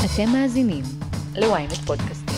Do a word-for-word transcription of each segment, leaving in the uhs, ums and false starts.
אתם מאזינים ל-ynet פודקאסטים.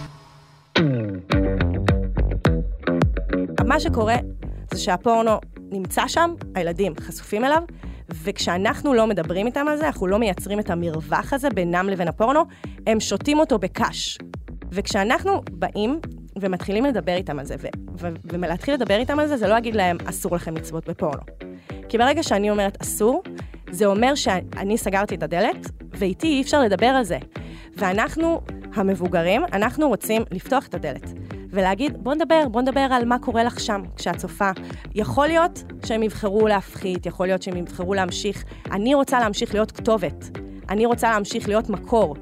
מה שקורה זה שהפורנו נמצא שם, הילדים חשופים אליו, וכשאנחנו לא מדברים איתם על זה, אנחנו לא מייצרים את המרווח הזה בינם לבין הפורנו, הם שותים אותו בקש. וכשאנחנו באים ומתחילים לדבר איתם על זה, ו- ו- ולהתחיל לדבר איתם על זה, זה לא אגיד להם, אסור לכם לצפות בפורנו. כי ברגע שאני אומרת אסור, זה אומר שאני סגרתי את הדלת, ואיתי אי אפשר לדבר על זה. ואנחנו, המבוגרים, אנחנו רוצים לפתוח את הדלת. ולהגיד, בוא נדבר, בוא נדבר על מה קורה לך שם כשאת צופה. יכול להיות שהם יבחרו להפחית, יכול להיות שהם יבחרו להמשיך. אני רוצה להמשיך להיות כתובת. אני רוצה להמשיך להיות מקור.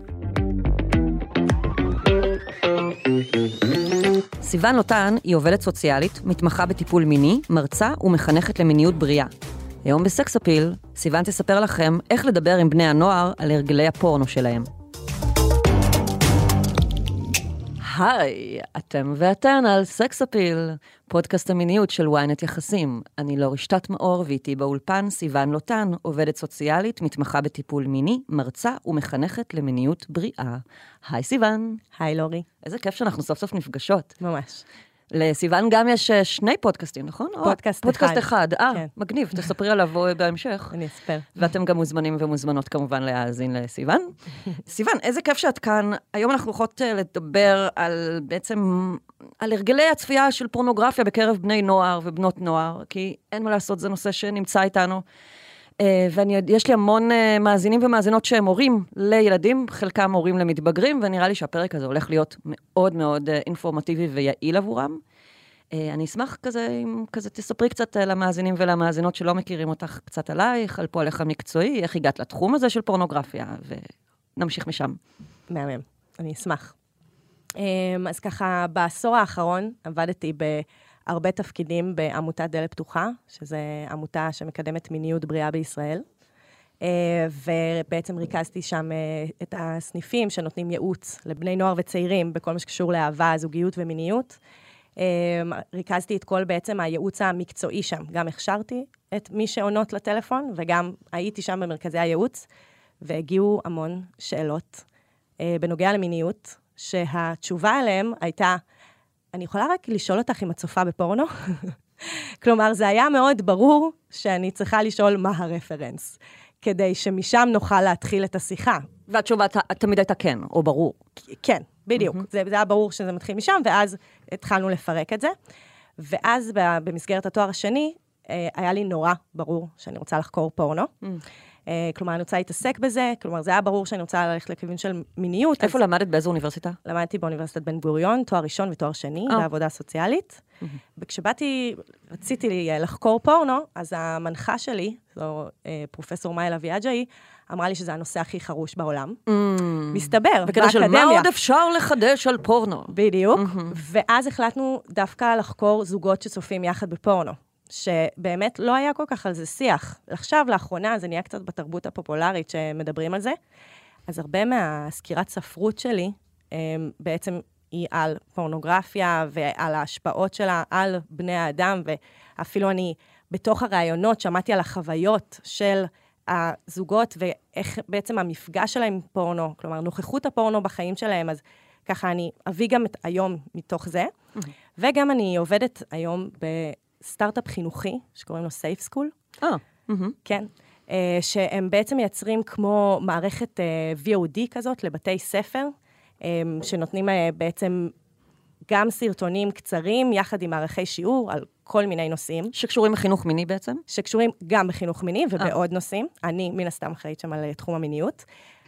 סיוון לוטן היא עובדת סוציאלית, מתמחה בטיפול מיני, מרצה ומחנכת למיניות בריאה. היום בסקס אפיל, סיוון תספר לכם איך לדבר עם בני הנוער על הרגלי הפורנו שלהם. היי, אתם ואתן על סקס אפיל, פודקאסט המיניות של ynet יחסים. אני לא רשתת מאור ואיתי באולפן סיוון לוטן, עובדת סוציאלית, מתמחה בטיפול מיני, מרצה ומחנכת למיניות בריאה. היי סיוון. היי לורי. איזה כיף שאנחנו סוף סוף נפגשות. ממש. לסיוון גם יש שני פודקאסטים, נכון? פודקאסט אחד. פודקאסט אחד. אה, כן. מגניב, תספרי עליו בהמשך. אני אספר. ואתם גם מוזמנים ומוזמנות כמובן להאזין לסיוון. סיוון, איזה כיף שאת כאן. היום אנחנו הולכות לדבר על בעצם, על הרגלי הצפייה של פורנוגרפיה בקרב בני נוער ובנות נוער, כי אין מה לעשות, זה נושא שנמצא איתנו. ויש לי המון מאזינים ומאזינות שהם הורים לילדים, חלקם הורים למתבגרים, ונראה לי שהפרק הזה הולך להיות מאוד מאוד אינפורמטיבי ויעיל עבורם. אני אשמח כזה, אם כזה תספרי קצת למאזינים ולמאזינות שלא מכירים אותך קצת עלייך, על פועלך המקצועי, איך הגעת לתחום הזה של פורנוגרפיה, ונמשיך משם. מהמם, אני אשמח. אז ככה, בעשור האחרון עבדתי ב... הרבה תפקידים בעמותת דלת פתוחה, שזו עמותה שמקדמת מיניות בריאה בישראל, ובעצם ריכזתי שם את הסניפים שנותנים ייעוץ לבני נוער וצעירים בכל מה שקשור לאהבה, זוגיות ומיניות. ריכזתי את כל בעצם הייעוץ המקצועי שם, גם הכשרתי את מי שעונות לטלפון, וגם הייתי שם במרכזי הייעוץ, והגיעו המון שאלות בנוגע למיניות, שהתשובה עליהם הייתה, אני יכולה רק לשאול אותך אם את צופה בפורנו? כלומר, זה היה מאוד ברור שאני צריכה לשאול מה הרפרנס, כדי שמשם נוכל להתחיל את השיחה. והתשובה תמיד הייתה כן, או ברור. כן, בדיוק. Mm-hmm. זה, זה היה ברור שזה מתחיל משם, ואז התחלנו לפרק את זה. ואז במסגרת התואר השני, היה לי נורא ברור שאני רוצה לחקור פורנו. Mm. כלומר, אני רוצה להתעסק בזה, כלומר, זה היה ברור שאני רוצה ללכת לכיוון של מיניות. איפה למדת? באיזו אוניברסיטה? למדתי באוניברסיטת בן גוריון, תואר ראשון ותואר שני, בעבודה סוציאלית. וכשבאתי, רציתי לי לחקור פורנו, אז המנחה שלי, זו פרופסור מאילה ויאג'אי, אמרה לי שזה הנושא הכי חרוש בעולם. מסתבר, בקטע של מה עוד אפשר לחדש על פורנו? בדיוק. ואז החלטנו דווקא לחקור זוגות שצופים יחד בפורנו. שבאמת לא היה כל כך על זה שיח. עכשיו, לאחרונה, זה נהיה קצת בתרבות הפופולרית שמדברים על זה. אז הרבה מהסקירת ספרות שלי, בעצם היא על פורנוגרפיה ועל ההשפעות שלה על בני האדם, ואפילו אני בתוך הרעיונות שמעתי על החוויות של הזוגות, ואיך בעצם המפגש שלהם עם פורנו, כלומר, נוכחות הפורנו בחיים שלהם, אז ככה אני אביא גם את היום מתוך זה. וגם אני עובדת היום ב... סטארט-אפ חינוכי, שקוראים לו Safe School. אה. כן. שהם בעצם מייצרים כמו מערכת וי או די כזאת לבתי ספר, שנותנים בעצם גם סרטונים קצרים, יחד עם מערכי שיעור, על כל מיני נושאים. שקשורים בחינוך מיני בעצם? שקשורים גם בחינוך מיני ובעוד נושאים. אני מן הסתם אחראית שם על תחום המיניות.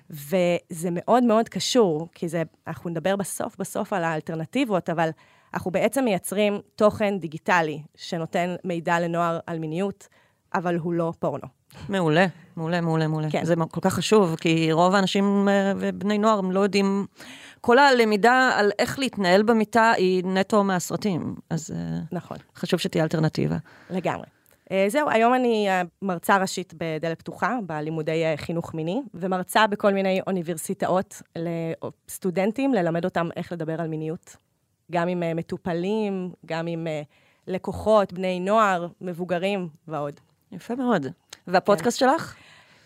וזה מאוד מאוד קשור, כי זה, אנחנו נדבר בסוף בסוף על האלטרנטיבות, אבל אנחנו בעצם מייצרים תוכן דיגיטלי שנותן מידע לנוער על מיניות, אבל הוא לא פורנו. מעולה, מעולה, מעולה, מעולה. כן. זה כל כך חשוב, כי רוב האנשים ובני נוער הם לא יודעים, כל הלמידה על איך להתנהל במיטה היא נטו מהסרטים. אז נכון. חשוב שתהיה אלטרנטיבה. לגמרי. זהו, היום אני מרצה ראשית בדלת פתוחה, בלימודי חינוך מיני, ומרצה בכל מיני אוניברסיטאות לסטודנטים, ללמד אותם איך לדבר על מיניות. גם עם מטופלים, גם עם לקוחות, בני נוער, מבוגרים ועוד. יפה מאוד. והפודקאסט שלך?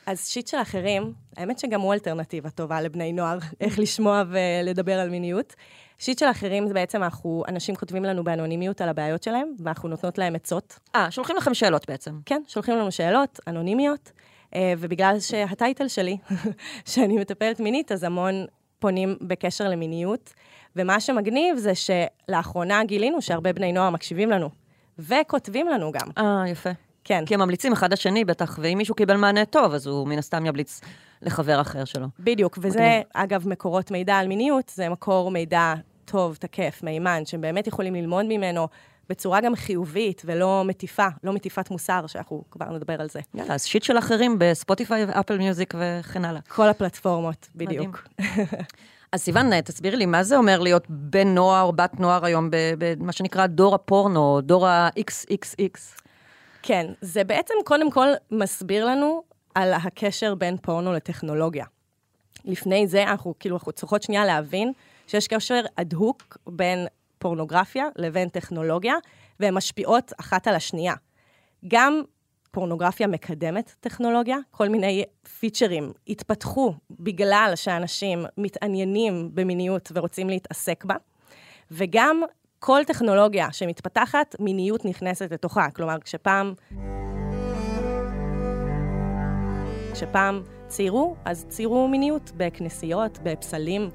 אז שיט של אחרים, האמת שגם הוא אלטרנטיבה טובה לבני נוער, איך לשמוע ולדבר על מיניות. שיט של אחרים זה בעצם, אנחנו, אנשים כותבים לנו באנונימיות על הבעיות שלהם, ואנחנו נותנות להם עצות. אה, שולחים לכם שאלות בעצם. כן, שולחים לנו שאלות, אנונימיות, ובגלל שהטייטל שלי, שאני מטפלת מינית, אז המון פונים בקשר למיניות, ומה שמגניב זה שלאחרונה גילינו שהרבה בני נוער מקשיבים לנו, וכותבים לנו גם. אה, יפה. כן. כי הם ממליצים אחד השני בטח, ואם מישהו קיבל מענה טוב, אז הוא מן הסתם יבליץ לחבר אחר שלו. בדיוק, וזה, אגב, מקורות מידע על מיניות, זה מקור מידע טוב, תקף, מימן, שהם באמת יכולים ללמוד ממנו בצורה גם חיובית, ולא מטיפה, לא מטיפת מוסר, שאנחנו כבר נדבר על זה. יאללה, אז שיט של אחרים בספוטיפיי, אפל מיוזיק וכן הלאה. כל הפלטפורמות, בדיוק. אז סיוון, תסבירי לי, מה זה אומר להיות בן נוער, בת נוער היום, במה שנקרא דור הפורנו, דור ה-אקס אקס אקס? כן, זה בעצם קודם כל מסביר לנו על הקשר בין פורנו לטכנולוגיה. לפני זה, אנחנו כאילו, אנחנו צריכות שנייה להבין שיש קשר הדוק בין פורנוגרפיה לבין טכנולוגיה, והן משפיעות אחת על השנייה. גם פורנוגרפיה מקדמת טכנולוגיה, כל מיני פיצ'רים התפתחו בגלל שאנשים מתעניינים במיניות ורוצים להתעסק בה, וגם כל טכנולוגיה שמתפתחת, מיניות נכנסת לתוכה. כלומר, כשפעם, כשפעם ציירו, אז ציירו מיניות בכנסיות, בפסלים.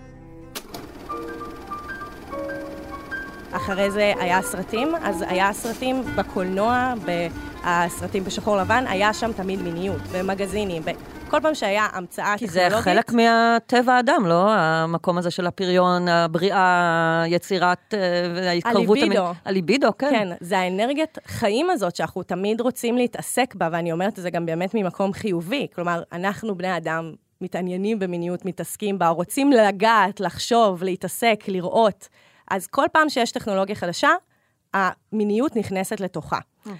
אחרי זה היה סרטים, אז היה סרטים בקולנוע, הסרטים בשחור לבן, היה שם תמיד מיניות, במגזינים, כל פעם שהיה המצאה כי טכנולוגית. כי זה חלק מהטבע האדם, לא? המקום הזה של הפריון, הבריאה, יצירת, ההתקרבות... הליבידו. המ... הליבידו, כן. כן, זה האנרגיית חיים הזאת שאנחנו תמיד רוצים להתעסק בה, ואני אומרת את זה גם באמת ממקום חיובי. כלומר, אנחנו בני אדם מתעניינים במיניות, מתעסקים בה, רוצים לגעת, לחשוב, להתעסק, לראות. אז כל פעם שיש טכנולוגיה חדשה, המיניות נכנסת לתוכה.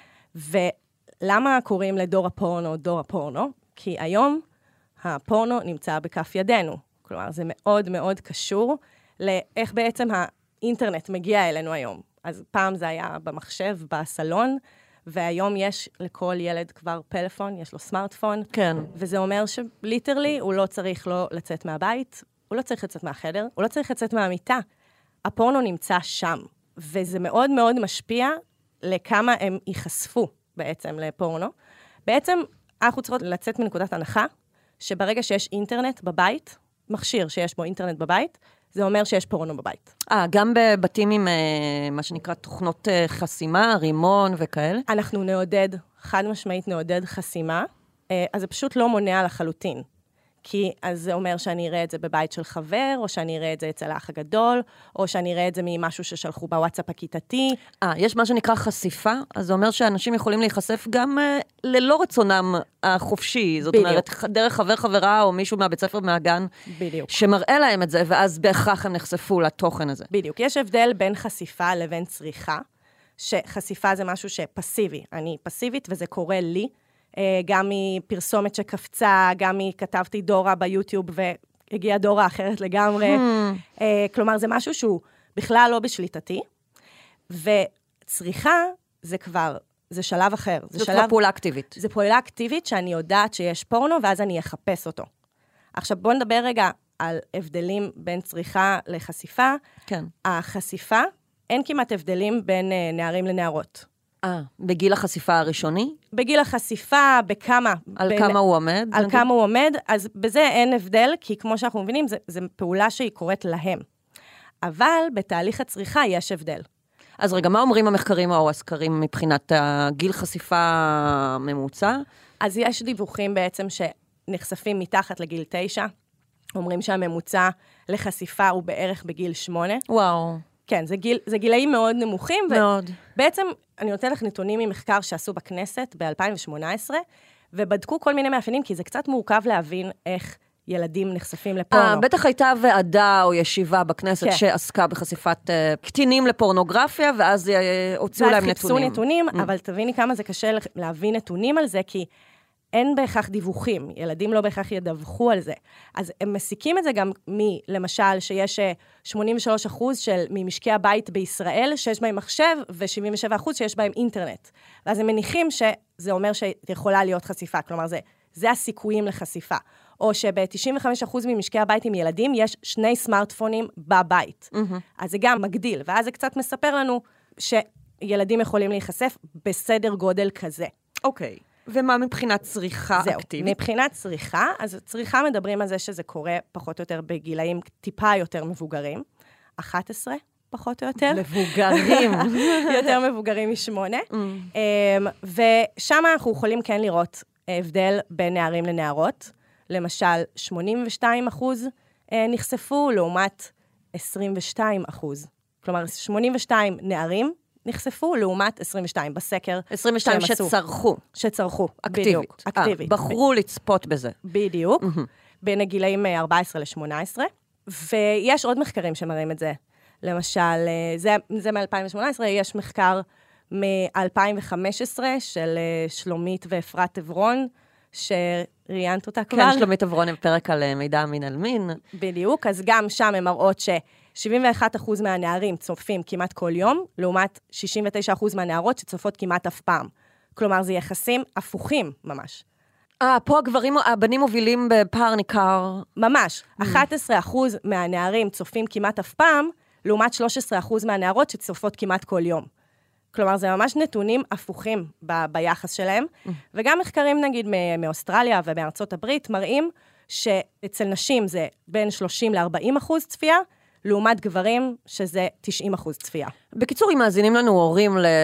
ולמה קוראים לדור הפורנו דור הפורנו? כי היום הפורנו נמצא בכף ידינו. כלומר, זה מאוד מאוד קשור לאיך בעצם האינטרנט מגיע אלינו היום. אז פעם זה היה במחשב, בסלון, והיום יש לכל ילד כבר פלאפון, יש לו סמארטפון. כן. וזה אומר שליטרלי הוא לא צריך לא לצאת מהבית, הוא לא צריך לצאת מהחדר, הוא לא צריך לצאת מהמיטה. הפורנו נמצא שם, וזה מאוד מאוד משפיע לכמה הם ייחשפו בעצם לפורנו. בעצם אנחנו צריכות לצאת מנקודת הנחה, שברגע שיש אינטרנט בבית, מכשיר שיש בו אינטרנט בבית, זה אומר שיש פורנו בבית. אה, גם בבתים עם מה שנקרא תוכנות חסימה, רימון וכאלה? אנחנו נעודד, חד משמעית נעודד חסימה, אז זה פשוט לא מונע לחלוטין. כי אז זה אומר שאני אראה את זה בבית של חבר, או שאני אראה את זה אצל האח הגדול, או שאני אראה את זה ממשהו ששלחו בוואטסאפ הכיתתי. אה, יש מה שנקרא חשיפה, אז זה אומר שאנשים יכולים להיחשף גם אה, ללא רצונם החופשי. זאת בדיוק. אומרת, דרך חבר חברה, או מישהו מהבית ספר מהגן, בדיוק. שמראה להם את זה, ואז בהכרח הם נחשפו לתוכן הזה. בדיוק. יש הבדל בין חשיפה לבין צריכה, שחשיפה זה משהו שפסיבי. אני פסיבית, וזה קורה לי, גם מפרסומת שקפצה, גם מכתבתי דורה ביוטיוב, והגיעה דורה אחרת לגמרי. Hmm. כלומר, זה משהו שהוא בכלל לא בשליטתי, וצריכה זה כבר, זה שלב אחר. זה שלב, כבר פעולה אקטיבית. זה פעולה אקטיבית שאני יודעת שיש פורנו, ואז אני אחפש אותו. עכשיו, בואו נדבר רגע על הבדלים בין צריכה לחשיפה. כן. החשיפה, אין כמעט הבדלים בין נערים לנערות. אה, בגיל החשיפה הראשוני? בגיל החשיפה, בכמה... על בין, כמה הוא עומד? על כמה הוא עומד, אז בזה אין הבדל, כי כמו שאנחנו מבינים, זו פעולה שהיא קורית להם. אבל בתהליך הצריכה יש הבדל. אז רגע, מה אומרים המחקרים או הסקרים מבחינת הגיל חשיפה ממוצע? אז יש דיווחים בעצם שנחשפים מתחת לגיל תשע, אומרים שהממוצע לחשיפה הוא בערך בגיל שמונה. וואו. כן, זה, גיל, זה גילאים מאוד נמוכים. מאוד. בעצם, אני נותנת לך נתונים ממחקר שעשו בכנסת ב-אלפיים שמונה עשרה, ובדקו כל מיני מאפיינים, כי זה קצת מורכב להבין איך ילדים נחשפים לפורנו. אה, בטח הייתה ועדה או ישיבה בכנסת כן. שעסקה בחשיפת uh, קטינים לפורנוגרפיה, ואז uh, הוציאו להם נתונים. ואז חיפשו נתונים, mm. אבל תביני כמה זה קשה להבין נתונים על זה, כי אין בהכרח דיווחים, ילדים לא בהכרח ידווחו על זה. אז הם מסיקים את זה גם מלמשל שיש שמונים ושלושה אחוז של ממשקי הבית בישראל שיש בהם מחשב, ו-שבעים ושבעה אחוז שיש בהם אינטרנט. ואז הם מניחים שזה אומר שיכולה להיות חשיפה, כלומר זה, זה הסיכויים לחשיפה. או שב-תשעים וחמישה אחוז ממשקי הבית עם ילדים, יש שני סמארטפונים בבית. Mm-hmm. אז זה גם מגדיל, ואז זה קצת מספר לנו שילדים יכולים להיחשף בסדר גודל כזה. אוקיי. ומה מבחינת צריכה זהו, אקטיבית? מבחינת צריכה, אז צריכה מדברים על זה שזה קורה פחות או יותר בגילאים טיפה יותר מבוגרים. אחת עשרה, פחות או יותר. מבוגרים. יותר מבוגרים משמונה. Mm. ושם אנחנו יכולים כן לראות הבדל בין נערים לנערות. למשל, שמונים ושתיים אחוז נחשפו לעומת עשרים ושתיים אחוז. כלומר, שמונים ושתיים נערים נחשפו לעומת עשרים ושתיים בסקר. עשרים ושתיים שצרכו. שצרכו, אקטיבית. בדיוק. אקטיבית. בחרו לצפות בזה. בדיוק. בין הגילאים ארבע עשרה ל-שמונה עשרה. ויש עוד מחקרים שמראים את זה. למשל, זה, זה מ-אלפיים ושמונה עשרה, יש מחקר מ-אלפיים וחמש עשרה של שלומית ואפרת עברון, שראיינת אותה כבר. כן, שלומית עברון עם פרק על מידע מין על מין. בדיוק, אז גם שם הם מראות ש-שבעים ואחד אחוז מהנערים צופים כמעט כל יום, לעומת שישים ותשעה אחוז מהנערות שצופות כמעט אף פעם. כלומר, זה יחסים הפוכים ממש. אה, פה הגברים, הבנים מובילים בפער ניכר. ממש. אחד עשר אחוז מהנערים צופים כמעט אף פעם, לעומת שלושה עשר אחוז מהנערות שצופות כמעט כל יום. כלומר, זה ממש נתונים הפוכים ב- ביחס שלהם, mm. וגם מחקרים, נגיד, מאוסטרליה ומארצות הברית, מראים שאצל נשים זה בין שלושים ל-ארבעים אחוז צפייה, לעומת גברים שזה תשעים אחוז צפייה. בקיצור, אם מאזינים לנו הורים ל-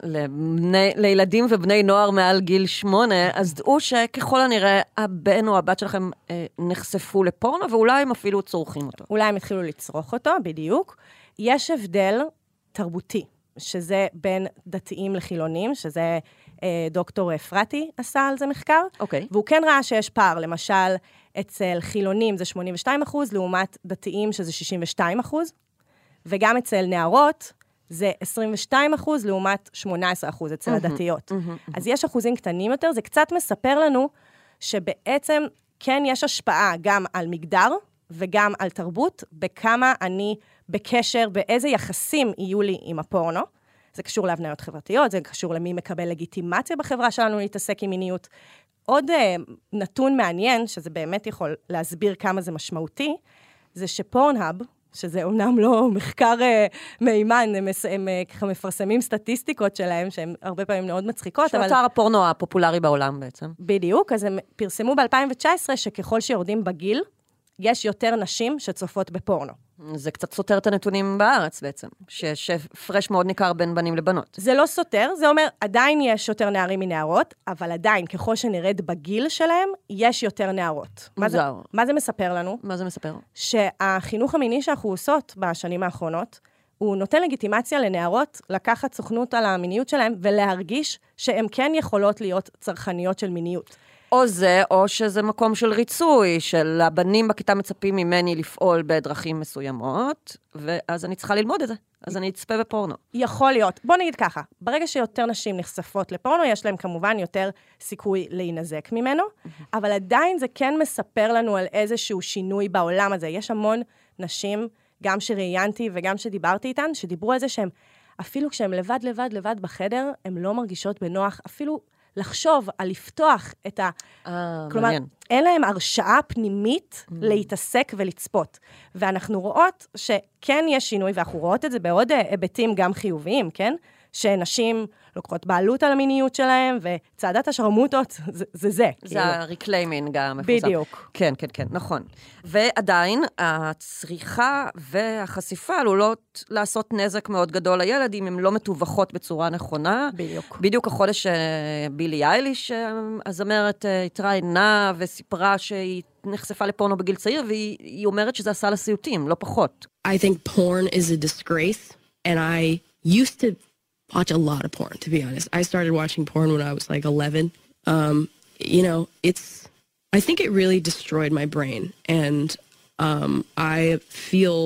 לבני, לילדים ובני נוער מעל גיל שמונה, אז דעו שככל הנראה הבן או הבת שלכם אה, נחשפו לפורנו, ואולי הם אפילו צורכים אותו. אולי הם התחילו לצרוך אותו, בדיוק. יש הבדל תרבותי. שזה בין דתיים לחילונים, שזה אה, דוקטור אפרתי עשה על זה מחקר. אוקיי. והוא כן ראה שיש פער, למשל, אצל חילונים זה שמונים ושתיים אחוז, לעומת דתיים שזה שישים ושתיים אחוז, וגם אצל נערות זה עשרים ושתיים אחוז, לעומת שמונה עשרה אחוז אצל mm-hmm, הדתיות. Mm-hmm, אז mm-hmm. יש אחוזים קטנים יותר, זה קצת מספר לנו שבעצם כן יש השפעה גם על מגדר, וגם על תרבות, בכמה אני בקשר, באיזה יחסים יהיו לי עם הפורנו. זה קשור להבניות חברתיות, זה קשור למי מקבל לגיטימציה בחברה שלנו להתעסק עם מיניות. עוד אה, נתון מעניין, שזה באמת יכול להסביר כמה זה משמעותי, זה שפורנהאב, שזה אומנם לא מחקר אה, מימן, הם, הם אה, ככה מפרסמים סטטיסטיקות שלהם, שהן הרבה פעמים מאוד מצחיקות. שהוא אתר הפורנו הפופולרי בעולם בעצם. בדיוק, אז הם פרסמו ב-אלפיים תשע עשרה שככל שיורדים בגיל, יש יותר נשים שצופות בפורנו. זה קצת סותר את הנתונים בארץ בעצם, שיש הפרש מאוד ניכר בין בנים לבנות. זה לא סותר, זה אומר, עדיין יש יותר נערים מנערות, אבל עדיין, ככל שנרד בגיל שלהם, יש יותר נערות. מוזר. מה זה, מה זה מספר לנו? מה זה מספר? שהחינוך המיני שאנחנו עושות בשנים האחרונות, הוא נותן לגיטימציה לנערות לקחת סוכנות על המיניות שלהם, ולהרגיש שהן כן יכולות להיות צרכניות של מיניות. או זה, או שזה מקום של ריצוי, של הבנים בכיתה מצפים ממני לפעול בדרכים מסוימות, ואז אני צריכה ללמוד את זה. אז אני אצפה בפורנו. יכול להיות. בוא נגיד ככה, ברגע שיותר נשים נחשפות לפורנו, יש להם כמובן יותר סיכוי להינזק ממנו, אבל עדיין זה כן מספר לנו על איזשהו שינוי בעולם הזה. יש המון נשים, גם שראיינתי וגם שדיברתי איתן, שדיברו על זה שהם, אפילו כשהם לבד, לבד, לבד בחדר, הם לא מרגישות בנוח, אפילו לחשוב על לפתוח את ה... אה, כלומר, מעניין. אין להם הרשאה פנימית mm. להתעסק ולצפות. ואנחנו רואות שכן יש שינוי, ואנחנו רואות את זה בעוד היבטים גם חיוביים, כן? שנשים לוקחות בעלות על המיניות שלהם, וצעדת השרמוטות, זה זה. זה זה כאילו. הריקליימינג המפורסם. בדיוק. כן, כן, כן, נכון. ועדיין, הצריכה והחשיפה עלולות לעשות נזק מאוד גדול לילד, אם הן לא מתווכות בצורה נכונה. בדיוק. בדיוק החודש בילי אייליש, הזמרת התראיינה וסיפרה שהיא נחשפה לפורנו בגיל צעיר, והיא אומרת שזה עשה לה סיוטים, לא פחות. I think porn is a disgrace, and I used to watch a lot of porn, to be honest. I started watching porn when I was like eleven. Um, you know, it's, I think it really destroyed my brain. And um, I feel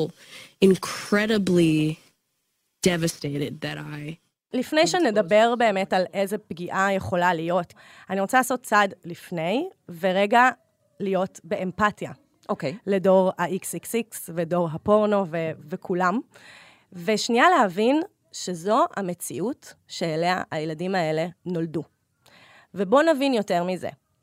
incredibly devastated that I... לפני שנדבר באמת על איזה פגיעה יכולה להיות, אני רוצה לעשות צעד לפני, ורגע להיות באמפתיה. אוקיי. Okay. לדור ה-אקס אקס אקס ודור הפורנו ו- וכולם. ושנייה להבין שזו המציאות שאליה הילדים האלה נולדו. ובואו נבין יותר מזה.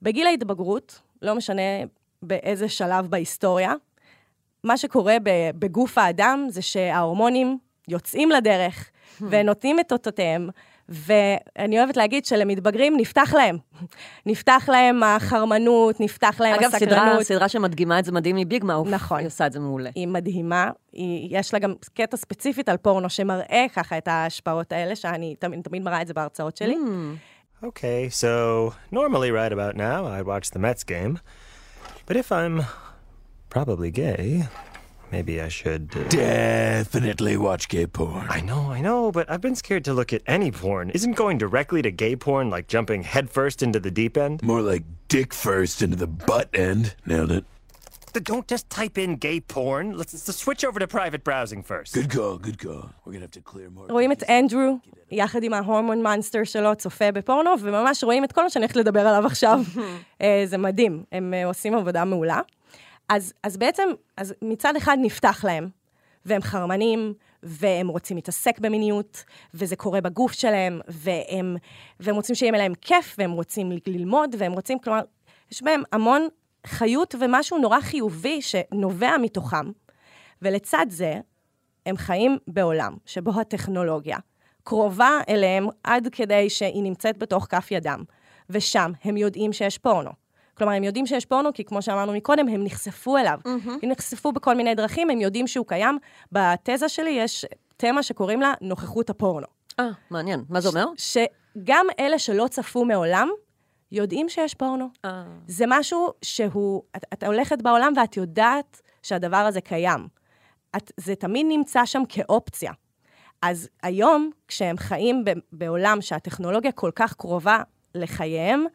בגיל ההתבגרות, לא משנה באיזה שלב בהיסטוריה, מה שקורה בגוף האדם זה שההורמונים יוצאים לדרך ונותנים את אותותיהם, ואני אוהבת להגיד שלמתבגרים נפתח להם. נפתח להם החרמנות, נפתח להם אגב, הסקרנות. אגב, סדרה שמדגימה את זה מדהים מביג מאוף. נכון. היא עושה את זה מעולה. היא מדהימה. היא, יש לה גם קטע ספציפית על פורנו שמראה ככה את ההשפעות האלה, שאני תמיד, תמיד מראה את זה בהרצאות שלי. Mm. Okay, so normally right about now I'd watch the Mets game. But if I'm probably gay, maybe I should... Uh... Definitely watch gay porn. I know, I know, but I've been scared to look at any porn. Isn't going directly to gay porn like jumping headfirst into the deep end? More like dick first into the butt end. Nailed it. Don't just type in gay porn. Let's, let's switch over to private browsing first. Good call, good call. We're gonna have to clear more... רואים את אנדרו, יחד עם ההורמון מאנסטר שלו, צופה בפורנו, וממש רואים את כל מה שאני הולכת לדבר עליו עכשיו. זה מדהים, הם עושים עבודה מעולה. אז, אז בעצם, אז מצד אחד נפתח להם, והם חרמנים, והם רוצים להתעסק במיניות, וזה קורה בגוף שלהם, והם, והם רוצים שיהיה להם כיף, והם רוצים ללמוד, והם רוצים, כלומר, יש בהם המון חיות ומשהו נורא חיובי שנובע מתוכם, ולצד זה, הם חיים בעולם שבו הטכנולוגיה קרובה אליהם עד כדי שהיא נמצאת בתוך כף ידם, ושם הם יודעים שיש פורנו. כלומר, הם יודעים שיש פורנו, כי כמו שאמרנו מקודם, הם נחשפו אליו. Mm-hmm. הם נחשפו בכל מיני דרכים, הם יודעים שהוא קיים. בתזה שלי יש תמה שקוראים לה נוכחות הפורנו. אה, מעניין. מה זה אומר? ש- שגם אלה שלא צפו מעולם, יודעים שיש פורנו. אה. זה משהו שהוא, את, את הולכת בעולם ואת יודעת שהדבר הזה קיים. את, זה תמיד נמצא שם כאופציה. אז היום, כשהם חיים ב- בעולם שהטכנולוגיה כל כך קרובה לחייהם,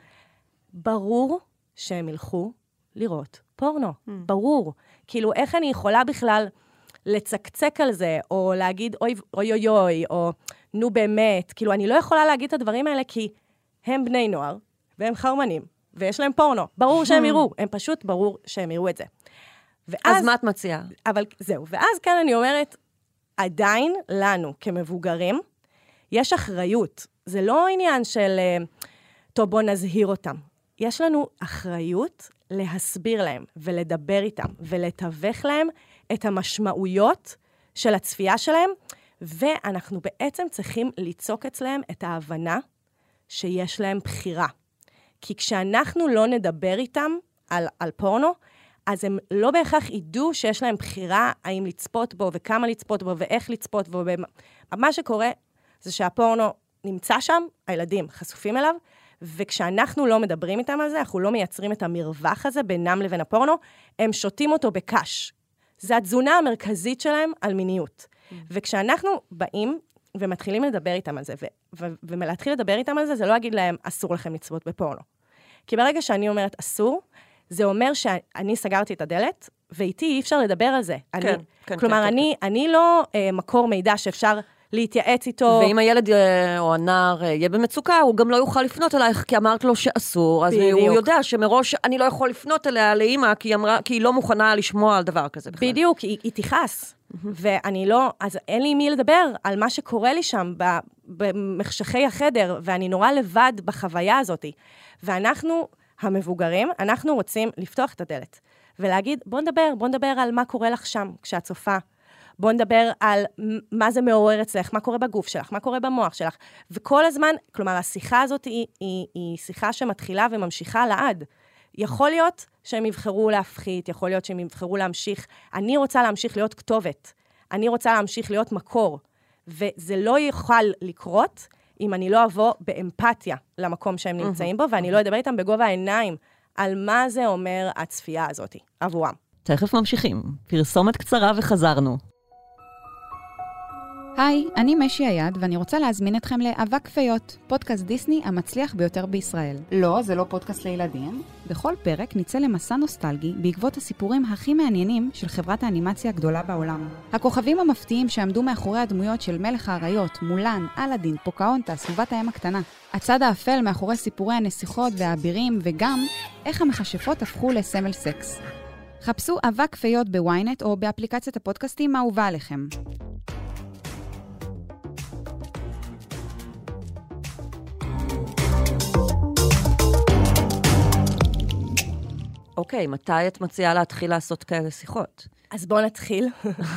ברור שהם ילכו לראות פורנו. Mm. ברור. כאילו, איך אני יכולה בכלל לצקצק על זה, או להגיד אוי אוי אוי אוי, או נו באמת. כאילו, אני לא יכולה להגיד את הדברים האלה, כי הם בני נוער, והם חרמנים, ויש להם פורנו. ברור שהם יראו. הם פשוט ברור שהם יראו את זה. ואז, אז מה את מציעה? אבל זהו. ואז כאן אני אומרת, עדיין לנו, כמבוגרים, יש אחריות. זה לא עניין של, טוב, בוא נזהיר אותם. יש לנו אחריות להסביר להם ולדבר איתם ולתווך להם את המשמעויות של הצפייה שלהם, ואנחנו בעצם צריכים ליצוק אצלהם את ההבנה שיש להם בחירה. כי כשאנחנו לא נדבר איתם על, על פורנו, אז הם לא בהכרח ידעו שיש להם בחירה האם לצפות בו וכמה לצפות בו ואיך לצפות בו. מה שקורה זה שהפורנו נמצא שם, הילדים חשופים אליו, וכשאנחנו לא מדברים איתם על זה, אנחנו לא מייצרים את המרווח הזה בינם לבין הפורנו, הם שותים אותו בקש. זה התזונה המרכזית שלהם על מיניות. Mm. וכשאנחנו באים ומתחילים לדבר איתם על זה, ו- ו- ולהתחיל לדבר איתם על זה, זה לא להגיד להם, אסור לכם לצפות בפורנו. כי ברגע שאני אומרת אסור, זה אומר שאני סגרתי את הדלת, ואיתי אי אפשר לדבר על זה. כן, אני, כן, כלומר, כן, אני, כן. אני לא אה, מקור מידע שאפשר להתייעץ איתו. ואם הילד או הנער יהיה במצוקה, הוא גם לא יוכל לפנות אלייך, כי אמרת לו שאסור, אז בדיוק. הוא יודע שמראש אני לא יכול לפנות אליה לאמא, כי היא, אמרה, כי היא לא מוכנה לשמוע על דבר כזה בכלל. בדיוק, היא, היא תיחס. ואני לא, אז אין לי מי לדבר על מה שקורה לי שם במחשכי החדר, ואני נורא לבד בחוויה הזאת. ואנחנו, המבוגרים, אנחנו רוצים לפתוח את הדלת, ולהגיד, בוא נדבר, בוא נדבר על מה קורה לך שם כשאת צופה. בוא נדבר על מה זה מעורר אצלך, מה קורה בגוף שלך, מה קורה במוח שלך. וכל הזמן, כלומר, השיחה הזאת היא, היא, היא שיחה שמתחילה וממשיכה לעד. יכול להיות שהם יבחרו להפחית, יכול להיות שהם יבחרו להמשיך. אני רוצה להמשיך להיות כתובת. אני רוצה להמשיך להיות מקור. וזה לא יוכל לקרות אם אני לא אבוא באמפתיה למקום שהם נמצאים בו, ואני לא אדבר איתם בגובה העיניים על מה זה אומר הצפייה הזאת עבורם. תכף ממשיכים. פרסומת קצרה וחזרנו. היי, אני משי היד, ואני רוצה להזמין אתכם לאבק פיות, פודקאסט דיסני המצליח ביותר בישראל. לא, זה לא פודקאסט לילדים. בכל פרק נצא למסע נוסטלגי בעקבות הסיפורים הכי מעניינים של חברת האנימציה הגדולה בעולם. הכוכבים המפתיעים שעמדו מאחורי הדמויות של מלך האריות, מולן, אלאדין, פוקהונטס, סביבת הים הקטנה. הצד האפל מאחורי סיפורי הנסיכות והאבירים, וגם איך המכשפות הפכו לסמל סקס. חפשו אבק פיות בוויינט או באפליקציית הפודקאסטים האהובה עליכם. אוקיי, מתי את מציעה להתחיל לעשות כאלה שיחות? אז בואו נתחיל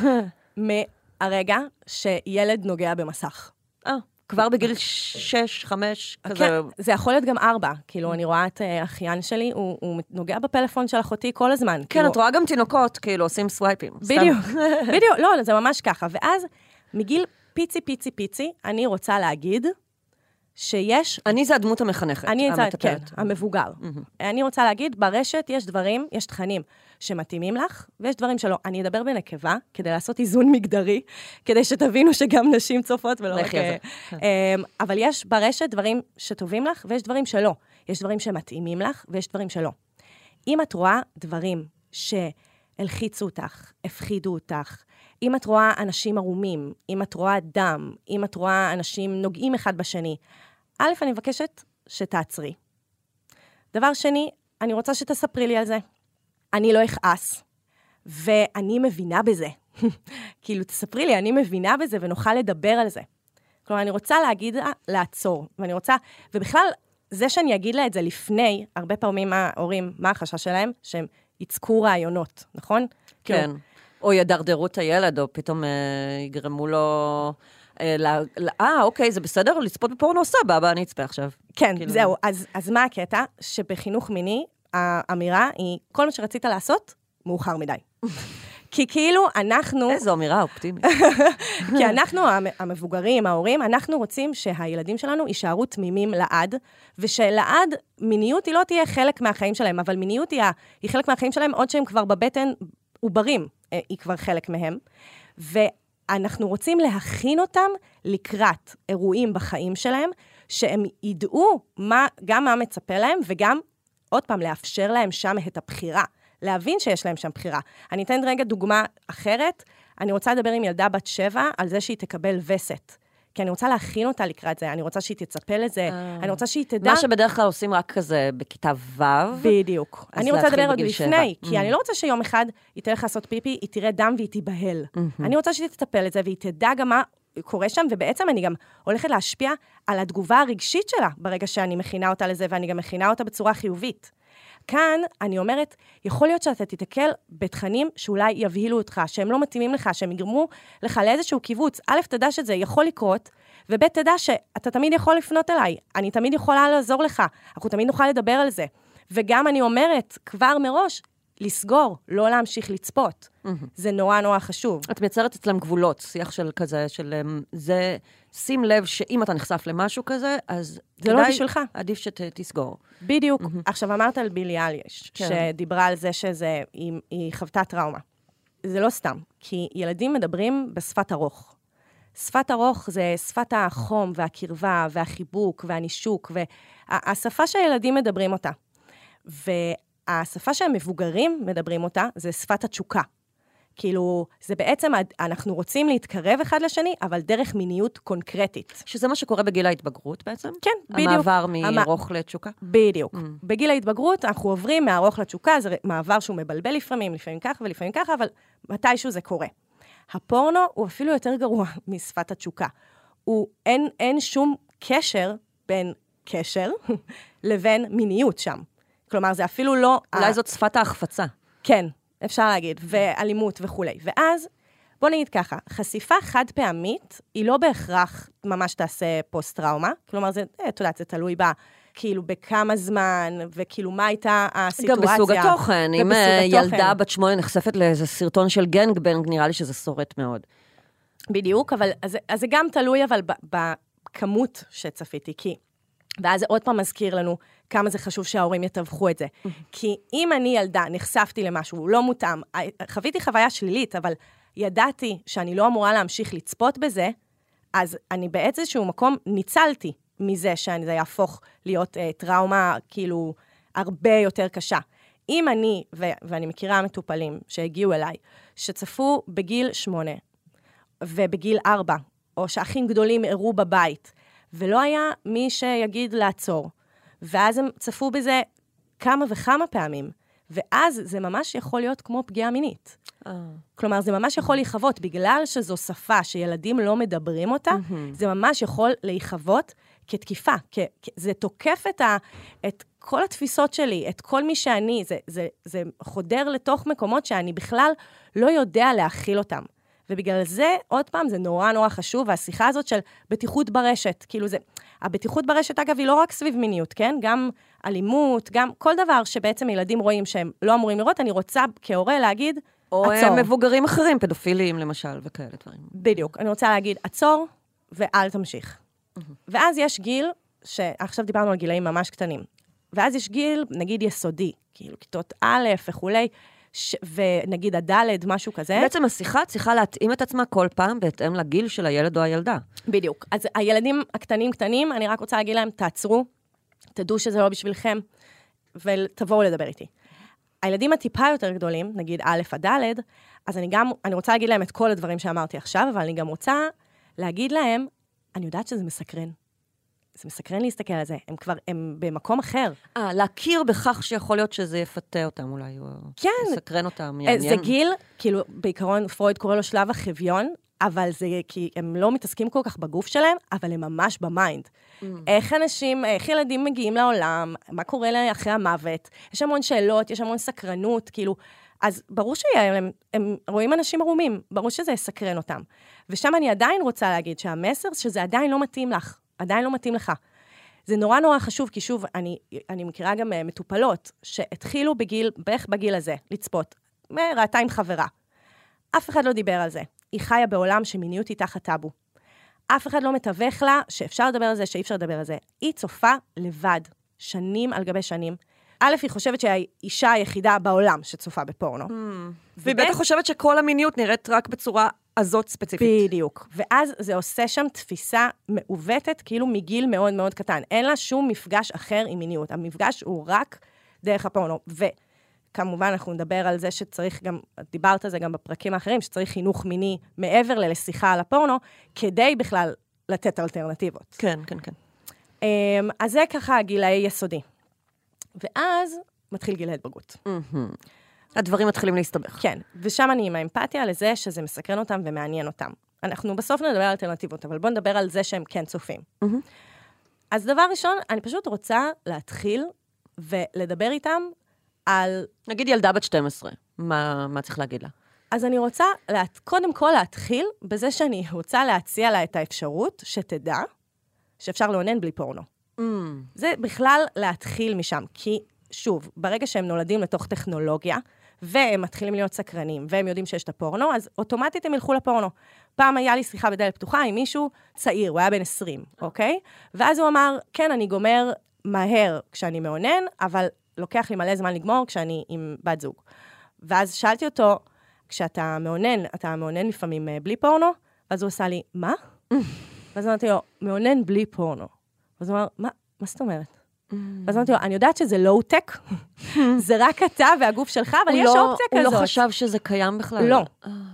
מהרגע שילד נוגע במסך. אה, כבר בגיל שש, חמש, כזה... כן, זה יכול להיות גם ארבע. כאילו, אני רואה את האחיין שלי, הוא, הוא נוגע בפלאפון של אחותי כל הזמן. כן, כאילו... את רואה גם תינוקות, כאילו, עושים סווייפים. בדיוק, בדיוק, לא, זה ממש ככה. ואז, מגיל פיצי, פיצי, פיצי, אני רוצה להגיד שיש... אני זה הדמות המחנכת, אני המטפלת. כן, המבוגר. אני רוצה להגיד, ברשת יש דברים, יש תכנים שמתאימים לך, ויש דברים שלא. אני אדבר בנקבה, כדי לעשות איזון מגדרי, כדי שתבינו שגם נשים צופות ולא רק... אבל יש ברשת דברים שטובים לך, ויש דברים שלא. יש דברים שמתאימים לך, ויש דברים שלא. אם את רואה דברים שהלחיצו אותך, הפחידו אותך, אם את רואה אנשים ערומים, אם את רואה דם, אם את רואה אנשים נוגעים אחד בשני, א', אני מבקשת שתעצרי. דבר שני, אני רוצה שתספרי לי על זה. אני לא אכעס, ואני מבינה בזה. כאילו, תספרי לי, אני מבינה בזה, ונוכל לדבר על זה. כלומר, אני רוצה להגיד לה, לעצור, ואני רוצה, ובכלל, זה שאני אגיד לה את זה לפני, הרבה פעמים ההורים, מה החשש שלהם? שהם יצקו רעיונות, נכון? כן. או ידרדרו את הילד, או פתאום אה, יגרמו לו... אה, לה, אה, אוקיי, זה בסדר? לצפות בפורנו סבבה, אני אצפה עכשיו. כן, כאילו... זהו. אז, אז מה הקטע? שבחינוך מיני, האמירה היא, כל מה שרצית לעשות, מאוחר מדי. כי כאילו אנחנו... איזו אמירה אופטימית. כי אנחנו, המבוגרים, ההורים, אנחנו רוצים שהילדים שלנו יישארו תמימים לעד, ושלעד מיניות היא לא תהיה חלק מהחיים שלהם, אבל מיניות היא, היא חלק מהחיים שלהם, עוד שהם כבר בבטן עוברים, היא כבר חלק מהם. ואנחנו רוצים להכין אותם לקראת אירועים בחיים שלהם, שהם ידעו מה, גם מה מצפה להם, וגם, עוד פעם, לאפשר להם שם את הבחירה. להבין שיש להם שם בחירה. אני אתן רגע דוגמה אחרת. אני רוצה לדבר עם ילדה בת שבע על זה שהיא תקבל וסת. כי אני רוצה להכין אותה לקראת זה, אני רוצה שהיא תצפה לזה, אני רוצה שהיא תדע... מה שבדרך כלל עושים רק כזה בכיתה ו'. בדיוק. אני רוצה לדבר עוד לפני, כי אני לא רוצה שיום אחד היא תלך לעשות פיפי, היא תראה דם והיא תיבהל. אני רוצה שהיא תטפל את זה, והיא תדע גם מה קורה שם, ובעצם אני גם הולכת להשפיע על התגובה הרגשית שלה, ברגע שאני מכינה אותה לזה, ואני גם מכינה אותה בצורה חיובית. כאן אני אומרת, יכול להיות שאתה תתקל בתכנים שאולי יבהילו אותך, שהם לא מתאימים לך, שהם יגרמו לך לאיזשהו קיבוץ. א', תדע שזה יכול לקרות, וב', תדע שאתה תמיד יכול לפנות אליי. אני תמיד יכולה לעזור לך. אנחנו תמיד נוכל לדבר על זה. וגם אני אומרת, כבר מראש, לסגור, לא להמשיך לצפות. זה נורא נורא חשוב. את מייצרת אצלם גבולות, שיח של כזה, של זה, שים לב שאם אתה נחשף למשהו כזה, אז זה לא בשבילך. עדיף שתסגור. בדיוק. עכשיו אמרת על בילי אייליש, שדיברה על זה שזה, היא חוותה טראומה. זה לא סתם, כי ילדים מדברים בשפת ארוך. שפת ארוך זה שפת החום והקרבה והחיבוק והנישוק, והשפה שהילדים מדברים אותה. והשפה שהמבוגרים מדברים אותה, זה שפת התשוקה. כאילו, זה בעצם, אנחנו רוצים להתקרב אחד לשני, אבל דרך מיניות קונקרטית. שזה מה שקורה בגיל ההתבגרות בעצם? כן, בדיוק. המעבר מארוך לתשוקה? בדיוק. Mm. בגיל ההתבגרות אנחנו עוברים מארוך לתשוקה, זה מעבר שהוא מבלבל לפעמים, לפעמים ככה ולפעמים ככה, אבל מתישהו זה קורה. הפורנו הוא אפילו יותר גרוע משפת התשוקה. הוא, אין, אין שום קשר בין קשר לבין מיניות שם. כלומר, זה אפילו לא... אולי ה... זאת שפת ההחפצה. כן. אפשר להגיד, ואלימות וכו'. ואז, בוא נגיד ככה, חשיפה חד פעמית, היא לא בהכרח ממש תעשה פוסט-טראומה, כלומר, זה, אתה יודעת, זה תלוי בה, כאילו, בכמה זמן, וכאילו, מה הייתה הסיטואציה. גם בסוג התוכן, אם ילדה בת שמונה נחשפת לאיזה סרטון של גנגבנג, נראה לי שזה שורט מאוד. בדיוק, אבל, אז, אז זה גם תלוי, אבל בכמות שצפיתי, כי... ואז זה עוד פעם מזכיר לנו כמה זה חשוב שההורים יתווכו את זה. כי אם אני ילדה, נחשפתי למשהו, לא מותאם, חוויתי חוויה שלילית, אבל ידעתי שאני לא אמורה להמשיך לצפות בזה, אז אני באיזשהו מקום ניצלתי מזה שזה יהפוך להיות אה, טראומה כאילו הרבה יותר קשה. אם אני, ו- ואני מכירה מטופלים שהגיעו אליי, שצפו בגיל שמונה ובגיל ארבע, או שאחים גדולים הראו בבית, ולא היה מי שיגיד לעצור. ואז הם צפו בזה כמה וכמה פעמים. ואז זה ממש יכול להיות כמו פגיעה מינית. Oh. כלומר, זה ממש יכול להיחוות, בגלל שזו שפה שילדים לא מדברים אותה, mm-hmm. זה ממש יכול להיחוות כתקיפה. כ- זה תוקף את, ה- את כל התפיסות שלי, את כל מי שאני, זה, זה, זה חודר לתוך מקומות שאני בכלל לא יודע להכיל אותם. ובגלל זה, עוד פעם, זה נורא נורא חשוב, והשיחה הזאת של בטיחות ברשת, כאילו זה, הבטיחות ברשת, אגב, היא לא רק סביב מיניות, כן? גם אלימות, גם כל דבר שבעצם ילדים רואים שהם לא אמורים לראות, אני רוצה כהורה להגיד, או עצור. מבוגרים אחרים, פדופיליים למשל, וכאלה דברים. בדיוק, אני רוצה להגיד, עצור, ואל תמשיך. ואז יש גיל, שעכשיו דיברנו על גילאים ממש קטנים, ואז יש גיל, נגיד יסודי, כאילו כיתות א' וכולי, ש... ונגיד הדלת, משהו כזה. בעצם השיחה צריכה להתאים את עצמה כל פעם, בהתאם לגיל של הילד או הילדה. בדיוק. אז הילדים הקטנים קטנים, אני רק רוצה להגיד להם, תעצרו, תדעו שזה לא בשבילכם, ותבואו לדבר איתי. הילדים הטיפה יותר גדולים, נגיד א' עד ד', אז אני גם, אני רוצה להגיד להם את כל הדברים שאמרתי עכשיו, אבל אני גם רוצה להגיד להם, אני יודעת שזה מסקרן. זה מסקרן להסתכל על זה, הם כבר, הם במקום אחר. אה, להכיר בכך שיכול להיות שזה יפתה אותם אולי, או כן. לסקרן אותם, יעניין. זה גיל, כאילו, בעיקרון פרויד קורא לו שלב החוויון, אבל זה כי הם לא מתעסקים כל כך בגוף שלהם, אבל הם ממש במיינד. Mm. איך אנשים, איך ילדים מגיעים לעולם, מה קורה להם אחרי המוות, יש המון שאלות, יש המון סקרנות, כאילו, אז ברור שהם הם רואים אנשים ערומים, ברור שזה יסקרן אותם. ושם אני עדיין רוצה להגיד שהמסר, שזה עדיין לא מתאים לך, עדיין לא מתאים לך. זה נורא נורא חשוב, כי שוב, אני, אני מכירה גם מטופלות, שהתחילו בגיל, בערך בגיל הזה, לצפות, ראתה עם חברה. אף אחד לא דיבר על זה. היא חיה בעולם שמיניות היא תחת טאבו. אף אחד לא מתווך לה שאפשר לדבר על זה, שאי אפשר לדבר על זה. היא צופה לבד, שנים על גבי שנים. א', היא חושבת שהיא האישה היחידה בעולם שצופה בפורנו. והיא בטח חושבת שכל המיניות נראית רק בצורה הזאת ספציפית. בדיוק. ואז זה עושה שם תפיסה מעוותת, כאילו מגיל מאוד מאוד קטן. אין לה שום מפגש אחר עם מיניות. המפגש הוא רק דרך הפורנו. וכמובן, אנחנו נדבר על זה שצריך גם, דיברת על זה גם בפרקים האחרים, שצריך חינוך מיני מעבר לשיחה על הפורנו, כדי בכלל לתת אלטרנטיבות. כן, כן, כן. אז זה ככה הגילאי יסודי. ואז מתחיל גיל ההתבגרות. הדברים מתחילים להסתבך. כן, ושם אני עם האמפתיה לזה שזה מסקרן אותם ומעניין אותם. אנחנו בסוף נדבר על אלטרנטיבות, אבל בואו נדבר על זה שהם כן צופים. אז דבר ראשון, אני פשוט רוצה להתחיל ולדבר איתם על... נגיד ילדה בת שתים עשרה, מה, מה צריך להגיד לה? אז אני רוצה קודם כל להתחיל בזה שאני רוצה להציע לה את האפשרות שתדע שאפשר לעונן בלי פורנו. זה בכלל להתחיל משם, כי שוב, ברגע שהם נולדים לתוך טכנולוגיה, והם מתחילים להיות סקרנים, והם יודעים שיש את הפורנו, אז אוטומטית הם ילכו לפורנו. פעם היה לי שיחה בדלת פתוחה עם מישהו צעיר, הוא היה בן עשרים, אוקיי? ואז הוא אמר, כן, אני גומר מהר כשאני מעונן, אבל לוקח לי מלא זמן לגמור כשאני עם בת זוג. ואז שאלתי אותו, כשאתה מעונן, אתה מעונן לפעמים בלי פורנו? ואז הוא עשה לי, מה? ואז אמרתי לו, מעונן בלי פורנו. ואז הוא אמר, מה, מה זאת אומרת? ואז אמרתי לו, אני יודעת שזה לואו-טק, זה רק אתה והגוף שלך, אבל יש אופציה כזאת. הוא לא חשב שזה קיים בכלל. לא.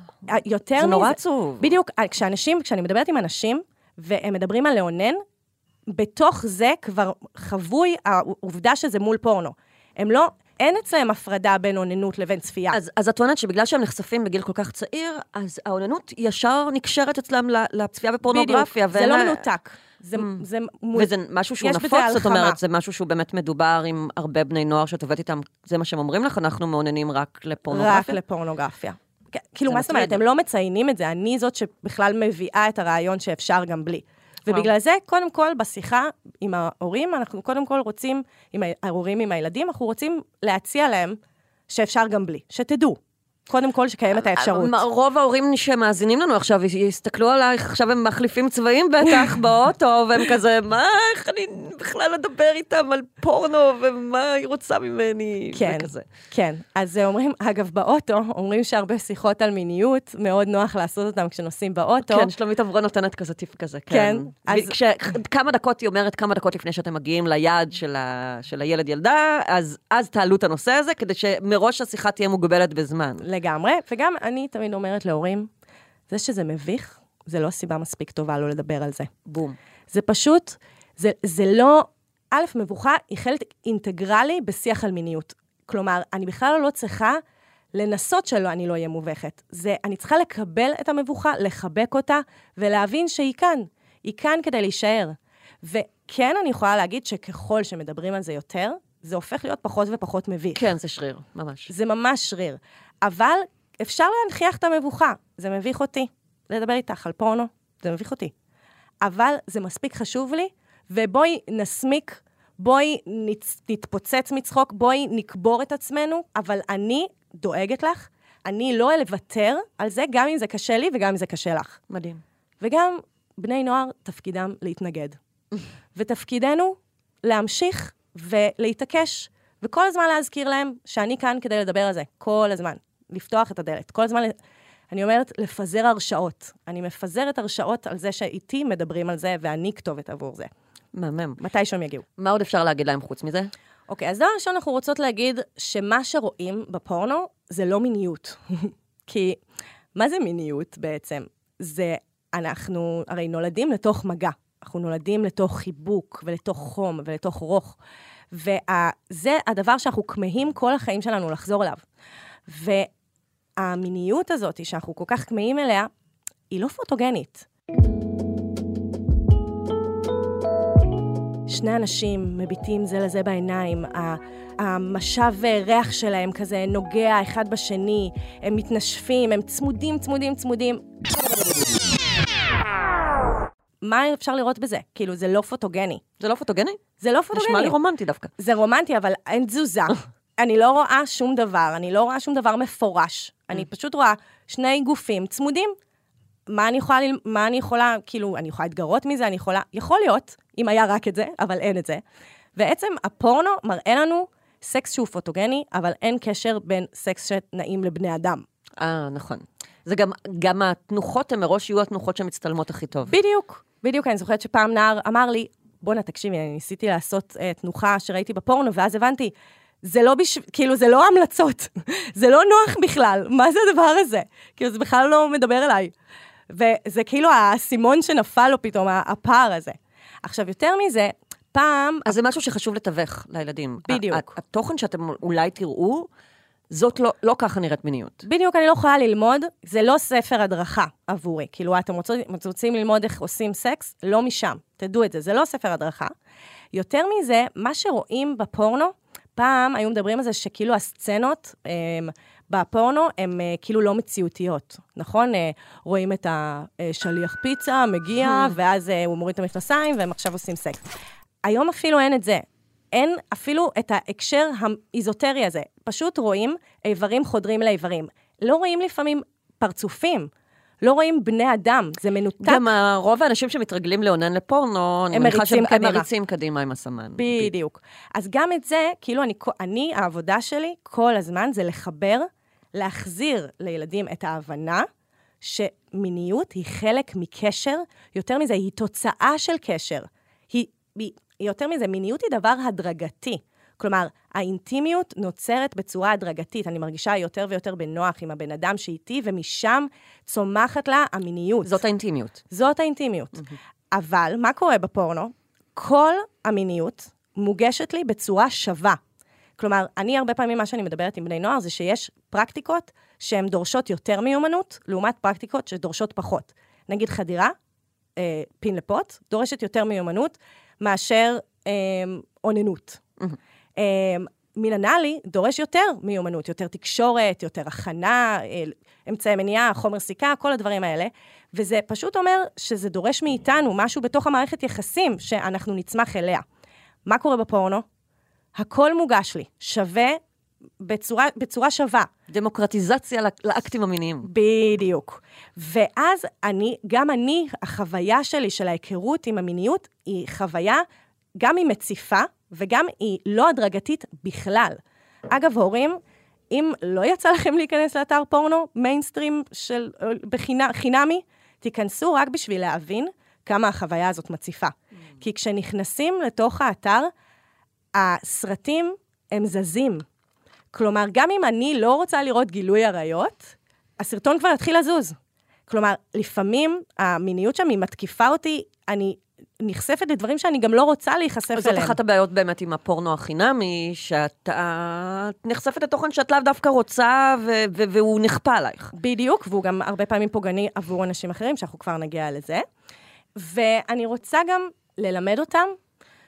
יותר מזה. זה נורא עצוב. בדיוק, כשאנשים, כשאני מדברת עם אנשים, והם מדברים על לעונן, בתוך זה כבר חבוי העובדה שזה מול פורנו. הם לא, אין אצלהם הפרדה בין עוננות לבין צפייה. אז, אז את עונת שבגלל שהם נחשפים בגיל כל כך צעיר, אז העוננות ישר נקשרת אצלם לצפייה בפורנוגרפיה. בדיוק, זה לא מנותק. זה, זה מול... וזה משהו שהוא נפוץ, זאת אומרת, זה משהו שהוא באמת מדובר עם הרבה בני נוער שאת עובדת איתם, זה מה שהם אומרים לך, אנחנו מעוננים רק לפורנוגרפיה? רק לפורנוגרפיה. כאילו, מה זאת אומרת, הם לא מציינים את זה, אני זאת שבכלל מביאה את הרעיון שאפשר גם בלי. ובגלל זה, קודם כל, בשיחה עם ההורים, אנחנו קודם כל רוצים, עם ההורים עם הילדים, אנחנו רוצים להציע להם שאפשר גם בלי, שתדעו. קודם כל שקיימת האפשרות. רוב ההורים שמאזינים לנו עכשיו, יסתכלו עלייך, עכשיו הם מחליפים צבעים בטח באוטו, והם כזה, מה, איך אני בכלל לדבר איתם על פורנו, ומה היא רוצה ממני, כן, וכזה. כן, אז אומרים, אגב, באוטו, אומרים שהרבה שיחות על מיניות, מאוד נוח לעשות אותם כשנוסעים באוטו. כן, שלומית אברון נותנת כזה טיפ כזה, כן. כן. אז... כמה דקות, היא אומרת, כמה דקות לפני שאתם מגיעים ליעד של, ה... של הילד ילדה, אז, אז תעלו את הנושא הזה, כדי שמראש השיחה תהיה מוגבלת בזמן. לגמרי, וגם אני תמיד אומרת להורים, זה שזה מביך, זה לא סיבה מספיק טובה לא לדבר על זה. בום. זה פשוט, זה, זה לא, א', מבוכה היא חלק אינטגרלי בשיח על מיניות. כלומר, אני בכלל לא צריכה לנסות שלא אני לא אהיה מובכת. זה, אני צריכה לקבל את המבוכה, לחבק אותה, ולהבין שהיא כאן. היא כאן כדי להישאר. וכן, אני יכולה להגיד שככל שמדברים על זה יותר, זה הופך להיות פחות ופחות מביך. כן, זה שריר, ממש. זה ממש שריר. אבל אפשר להנכיח את המבוכה. זה מביך אותי. לדבר איתך על פורנו, זה מביך אותי. אבל זה מספיק חשוב לי, ובואי נסמיק, בואי נצ... נתפוצץ מצחוק, בואי נקבור את עצמנו, אבל אני דואגת לך, אני לא לוותר על זה, גם אם זה קשה לי וגם אם זה קשה לך. מדהים. וגם בני נוער תפקידם להתנגד. ותפקידנו להמשיך ולהתעקש, וכל הזמן להזכיר להם שאני כאן כדי לדבר על זה, כל הזמן. לפתוח את הדלת, כל הזמן, אני אומרת, לפזר הרשאות. אני מפזרת הרשאות על זה שאיתי מדברים על זה, ואני כתובת עבור זה. מהמם. מתי שהם יגיעו. מה עוד אפשר להגיד להם חוץ מזה? אוקיי, אז דבר ראשון אנחנו רוצות להגיד שמה שרואים בפורנו זה לא מיניות. כי מה זה מיניות בעצם? זה אנחנו הרי נולדים לתוך מגע. אנחנו נולדים לתוך חיבוק ולתוך חום ולתוך רוך. וזה הדבר שאנחנו כמהים כל החיים שלנו לחזור אליו. והמיניות הזאת שאנחנו כל כך כמהים אליה, היא לא פוטוגנית. שני אנשים מביטים זה לזה בעיניים, המשב ריח שלהם כזה נוגע אחד בשני, הם מתנשפים, הם צמודים, צמודים, צמודים. מה אפשר לראות בזה? כאילו, זה לא פוטוגני. זה לא פוטוגני? זה לא פוטוגני. נשמע לי רומנטי דווקא. זה רומנטי, אבל אין תזוזה. אני לא רואה שום דבר, אני לא רואה שום דבר מפורש. אני פשוט רואה שני גופים צמודים. מה אני יכולה, מה אני יכולה, כאילו, אני יכולה להתגרות מזה, אני יכולה, יכול להיות, אם היה רק את זה, אבל אין את זה. בעצם הפורנו מראה לנו סקס שהוא פוטוגני, אבל אין קשר בין סקס שנעים לבני אדם. אה, נכון. זה גם, גם התנוחות הן מראש יהיו התנוחות שמצטלמות הכי טוב. בדיוק, בדיוק. אני זוכרת שפעם נער אמר לי, בוא תקשיבי, אני ניסיתי לעשות uh, תנוחה שראיתי בפורנו, ואז הבנתי, זה לא בשב... כאילו, זה לא המלצות. זה לא נוח בכלל. מה זה הדבר הזה? כאילו, זה בכלל לא מדבר אליי. וזה כאילו הסימון שנפל לו פתאום, הפער הזה. עכשיו, יותר מזה, פעם... אז זה משהו שחשוב לתווך לילדים. בדיוק. התוכן שאתם אולי תראו, זאת לא, לא ככה נראית מיניות. בדיוק, אני לא יכולה ללמוד, זה לא ספר הדרכה עבורי. כאילו, אתם רוצים, רוצים ללמוד איך עושים סקס, לא משם. תדעו את זה, זה לא ספר הדרכה. יותר מזה, מה שרואים בפורנו, פעם היו מדברים על זה שכאילו הסצנות הם, בפורנו הן כאילו לא מציאותיות, נכון? רואים את השליח פיצה, מגיע, ואז הוא מוריד את המכנסיים, והם עכשיו עושים סקס. היום אפילו אין את זה. אין אפילו את ההקשר האיזוטרי הזה. פשוט רואים איברים חודרים לאיברים. לא רואים לפעמים פרצופים. לא רואים בני אדם, זה מנותק. גם רוב האנשים שמתרגלים לעונן לפורנו, הם מריצים קדימה. הם מריצים קדימה עם הסמן. בדיוק. אז גם את זה, כאילו אני, אני, העבודה שלי כל הזמן זה לחבר, להחזיר לילדים את ההבנה שמיניות היא חלק מקשר, יותר מזה, היא תוצאה של קשר. היא, היא, יותר מזה, מיניות היא דבר הדרגתי. כלומר, האינטימיות נוצרת בצורה הדרגתית. אני מרגישה יותר ויותר בנוח עם הבן אדם שאיתי, ומשם צומחת לה המיניות. זאת האינטימיות. זאת האינטימיות. Mm-hmm. אבל מה קורה בפורנו? כל המיניות מוגשת לי בצורה שווה. כלומר, אני הרבה פעמים מה שאני מדברת עם בני נוער, זה שיש פרקטיקות שהן דורשות יותר מיומנות, לעומת פרקטיקות שדורשות פחות. נגיד חדירה, אה, פין לפוט, דורשת יותר מיומנות, מאשר אה, עוננות. Mm-hmm. מין אנלי דורש יותר מיומנות, יותר תקשורת, יותר הכנה, אמצעי מניעה, חומר סיכה, כל הדברים האלה. וזה פשוט אומר שזה דורש מאיתנו משהו בתוך המערכת יחסים שאנחנו נצמח אליה. מה קורה בפורנו? הכל מוגש לי, שווה בצורה, בצורה שווה. דמוקרטיזציה לאקטים המיניים. בדיוק. ואז אני, גם אני, החוויה שלי של ההיכרות עם המיניות, היא חוויה גם היא מציפה, וגם היא לא הדרגתית בכלל. אגב, הורים, אם לא יצא לכם להיכנס לאתר פורנו, מיינסטרים של בחינה, חינמי, תיכנסו רק בשביל להבין כמה החוויה הזאת מציפה. Mm. כי כשנכנסים לתוך האתר, הסרטים הם זזים. כלומר, גם אם אני לא רוצה לראות גילוי עריות, הסרטון כבר יתחיל לזוז. כלומר, לפעמים המיניות שם היא מתקיפה אותי, אני נחשפת לדברים שאני גם לא רוצה להיחשף אליהם. זאת אחת הבעיות באמת עם הפורנו החינמי, שאתה נחשפת לתוכן שאת לאו דווקא רוצה, ו- ו- והוא נכפה עלייך. בדיוק, והוא גם הרבה פעמים פוגעני עבור אנשים אחרים, שאנחנו כבר נגיע לזה. ואני רוצה גם ללמד אותם,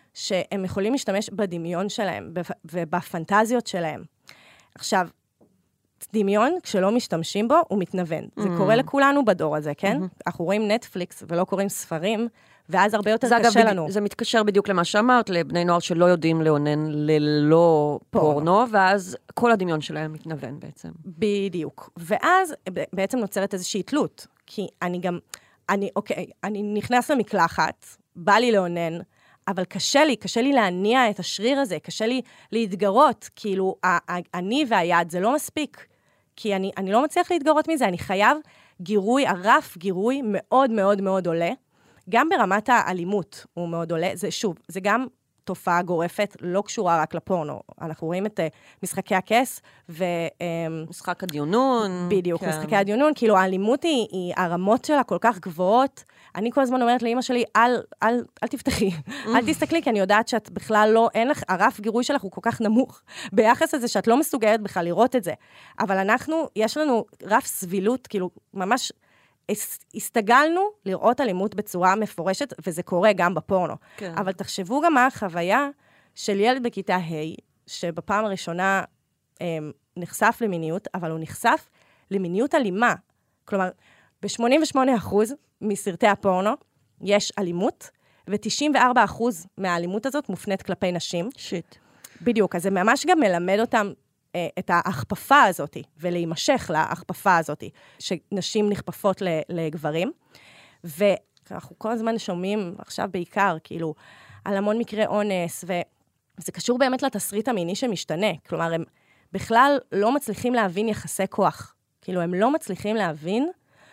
שהם יכולים להשתמש בדמיון שלהם ובפנטזיות שלהם. עכשיו, דמיון, כשלא משתמשים בו, הוא מתנוון. Mm. זה קורה לכולנו בדור הזה, כן? Mm-hmm. אנחנו רואים נטפליקס ולא קוראים ספרים, ואז הרבה יותר קשה אגב, לנו. זה מתקשר בדיוק למה שאמרת, לבני נוער שלא יודעים לאונן ללא פורנו, ואז כל הדמיון שלהם מתנוון בעצם. בדיוק. ואז בעצם נוצרת איזושהי תלות, כי אני גם, אני, אוקיי, אני נכנס למקלחת, בא לי לאונן, אבל קשה לי, קשה לי להניע את השריר הזה, קשה לי להתגרות, כאילו, אני והיד זה לא מספיק, כי אני, אני לא מצליח להתגרות מזה, אני חייב גירוי, הרף גירוי מאוד מאוד מאוד עולה, גם ברמת האלימות הוא מאוד עולה, זה שוב, זה גם תופעה גורפת, לא קשורה רק לפורנו, אנחנו רואים את uh, משחקי הכס, ו... Um, משחק הדיונון. בדיוק, כן. משחקי הדיונון, כאילו האלימות היא, היא, הרמות שלה כל כך גבוהות, אני כל הזמן אומרת לאמא שלי, אל, אל, אל תפתחי, אל תסתכלי, כי אני יודעת שאת בכלל לא, אין לך, הרף גירוי שלך הוא כל כך נמוך, ביחס לזה שאת לא מסוגלת בכלל לראות את זה, אבל אנחנו, יש לנו רף סבילות, כאילו, ממש, הסתגלנו לראות אלימות בצורה מפורשת, וזה קורה גם בפורנו. כן. אבל תחשבו גם מה החוויה של ילד בכיתה ה', שבפעם הראשונה הם, נחשף למיניות, אבל הוא נחשף למיניות אלימה. כלומר, ב-שמונים ושמונה אחוז מסרטי הפורנו יש אלימות, ו-תשעים וארבעה אחוז מהאלימות הזאת מופנית כלפי נשים. שיט. בדיוק, אז זה ממש גם מלמד אותם את ההכפפה הזאת, ולהימשך להכפפה הזאת, שנשים נכפפות לגברים. ואנחנו כל הזמן שומעים, עכשיו בעיקר, כאילו, על המון מקרי אונס, וזה קשור באמת לתסריט המיני שמשתנה. כלומר, הם בכלל לא מצליחים להבין יחסי כוח. כאילו, הם לא מצליחים להבין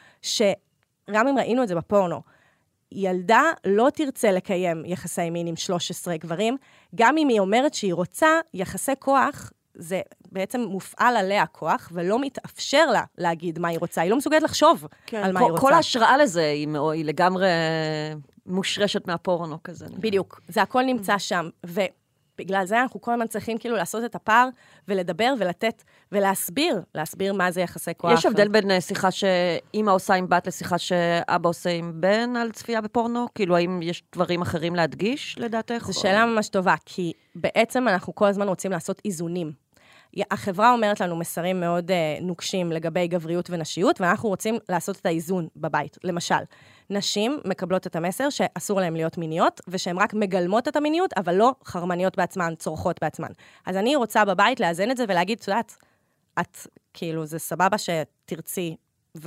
שגם אם ראינו את זה בפורנו, ילדה לא תרצה לקיים יחסי מין עם שלושה עשר גברים, גם אם היא אומרת שהיא רוצה יחסי כוח, זה בעצם מופעל עליה כוח, ולא מתאפשר לה להגיד מה היא רוצה. היא לא מסוגלת לחשוב כן, על מה כל, היא רוצה. כל ההשראה לזה היא, היא לגמרי מושרשת מהפורנו כזה. בדיוק, זה הכל נמצא שם. ובגלל זה אנחנו כל הזמן צריכים כאילו לעשות את הפער, ולדבר ולתת, ולהסביר, להסביר מה זה יחסי כוח. יש הבדל בין שיחה שאמא עושה עם בת, לשיחה שאבא עושה עם בן על צפייה בפורנו? כאילו, האם יש דברים אחרים להדגיש, לדעתך? זו שאלה ממש טובה, כי בעצם אנחנו כל הזמן רוצים לעשות איזונים. החברה אומרת לנו מסרים מאוד uh, נוקשים לגבי גבריות ונשיות, ואנחנו רוצים לעשות את האיזון בבית. למשל, נשים מקבלות את המסר שאסור להם להיות מיניות, ושהן רק מגלמות את המיניות, אבל לא חרמניות בעצמן, צורכות בעצמן. אז אני רוצה בבית לאזן את זה ולהגיד, את יודעת, את, כאילו, זה סבבה שתרצי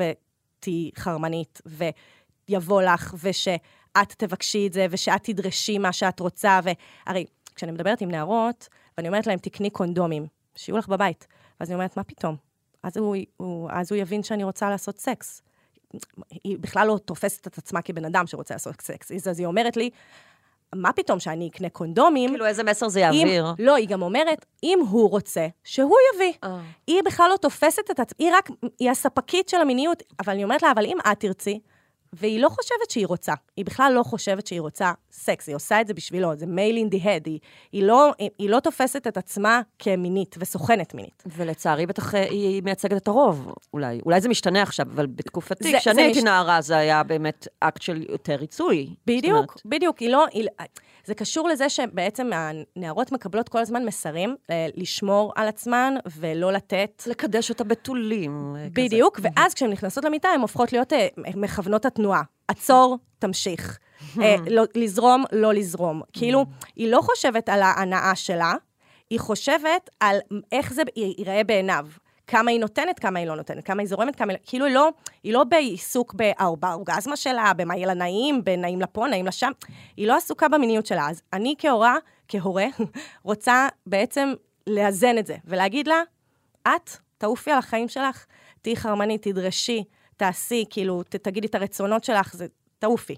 ותהי חרמנית, ויבוא לך, ושאת תבקשי את זה, ושאת תדרשי מה שאת רוצה, והרי, כשאני מדברת עם נערות, ואני אומרת להם, תקני קונדומים, שיהיו לך בבית. ואז אני אומרת, מה פתאום? אז הוא, הוא, אז הוא יבין שאני רוצה לעשות סקס. היא בכלל לא תופסת את עצמה כבן אדם שרוצה לעשות סקס. אז היא אומרת לי, מה פתאום שאני אקנה קונדומים? כאילו איזה מסר זה יעביר? אם, לא, היא גם אומרת, אם הוא רוצה, שהוא יביא. Oh. היא בכלל לא תופסת את עצמה, היא רק, היא הספקית של המיניות, אבל אני אומרת לה, אבל אם את תרצי, והיא לא חושבת שהיא רוצה, היא בכלל לא חושבת שהיא רוצה סקס, היא עושה את זה בשבילו, זה מייל אין די הד, היא, היא, לא, היא, היא לא תופסת את עצמה כמינית וסוכנת מינית. ולצערי בטח היא מייצגת את הרוב, אולי. אולי זה משתנה עכשיו, אבל בתקופתי, זה, כשאני זה הייתי מש... נערה, זה היה באמת אקט של יותר ריצוי. בדיוק, בדיוק. היא לא, היא... זה קשור לזה שבעצם הנערות מקבלות כל הזמן מסרים, לשמור על עצמן ולא לתת... לקדש את הבתולים. בדיוק, כזה. ואז כשהן נכנסות למיטה, הן הופכות להיות מכוונות התנועה. עצור, תמשיך. לא, לזרום, לא לזרום. כאילו, היא לא חושבת על ההנאה שלה, היא חושבת על איך זה ייראה בעיניו. כמה היא נותנת, כמה היא לא נותנת, כמה היא זורמת, כמה היא... כאילו היא לא, היא לא בעיסוק באורגזמה שלה, במה יהיה לה נעים, בנעים לפה, נעים לשם. היא לא עסוקה במיניות שלה. אז אני כהורה, כהורה, רוצה בעצם לאזן את זה, ולהגיד לה, את, תעופי על החיים שלך, תהי חרמנית, תדרשי, תעשי, כאילו, תגידי את הרצונות שלך, זה תעופי.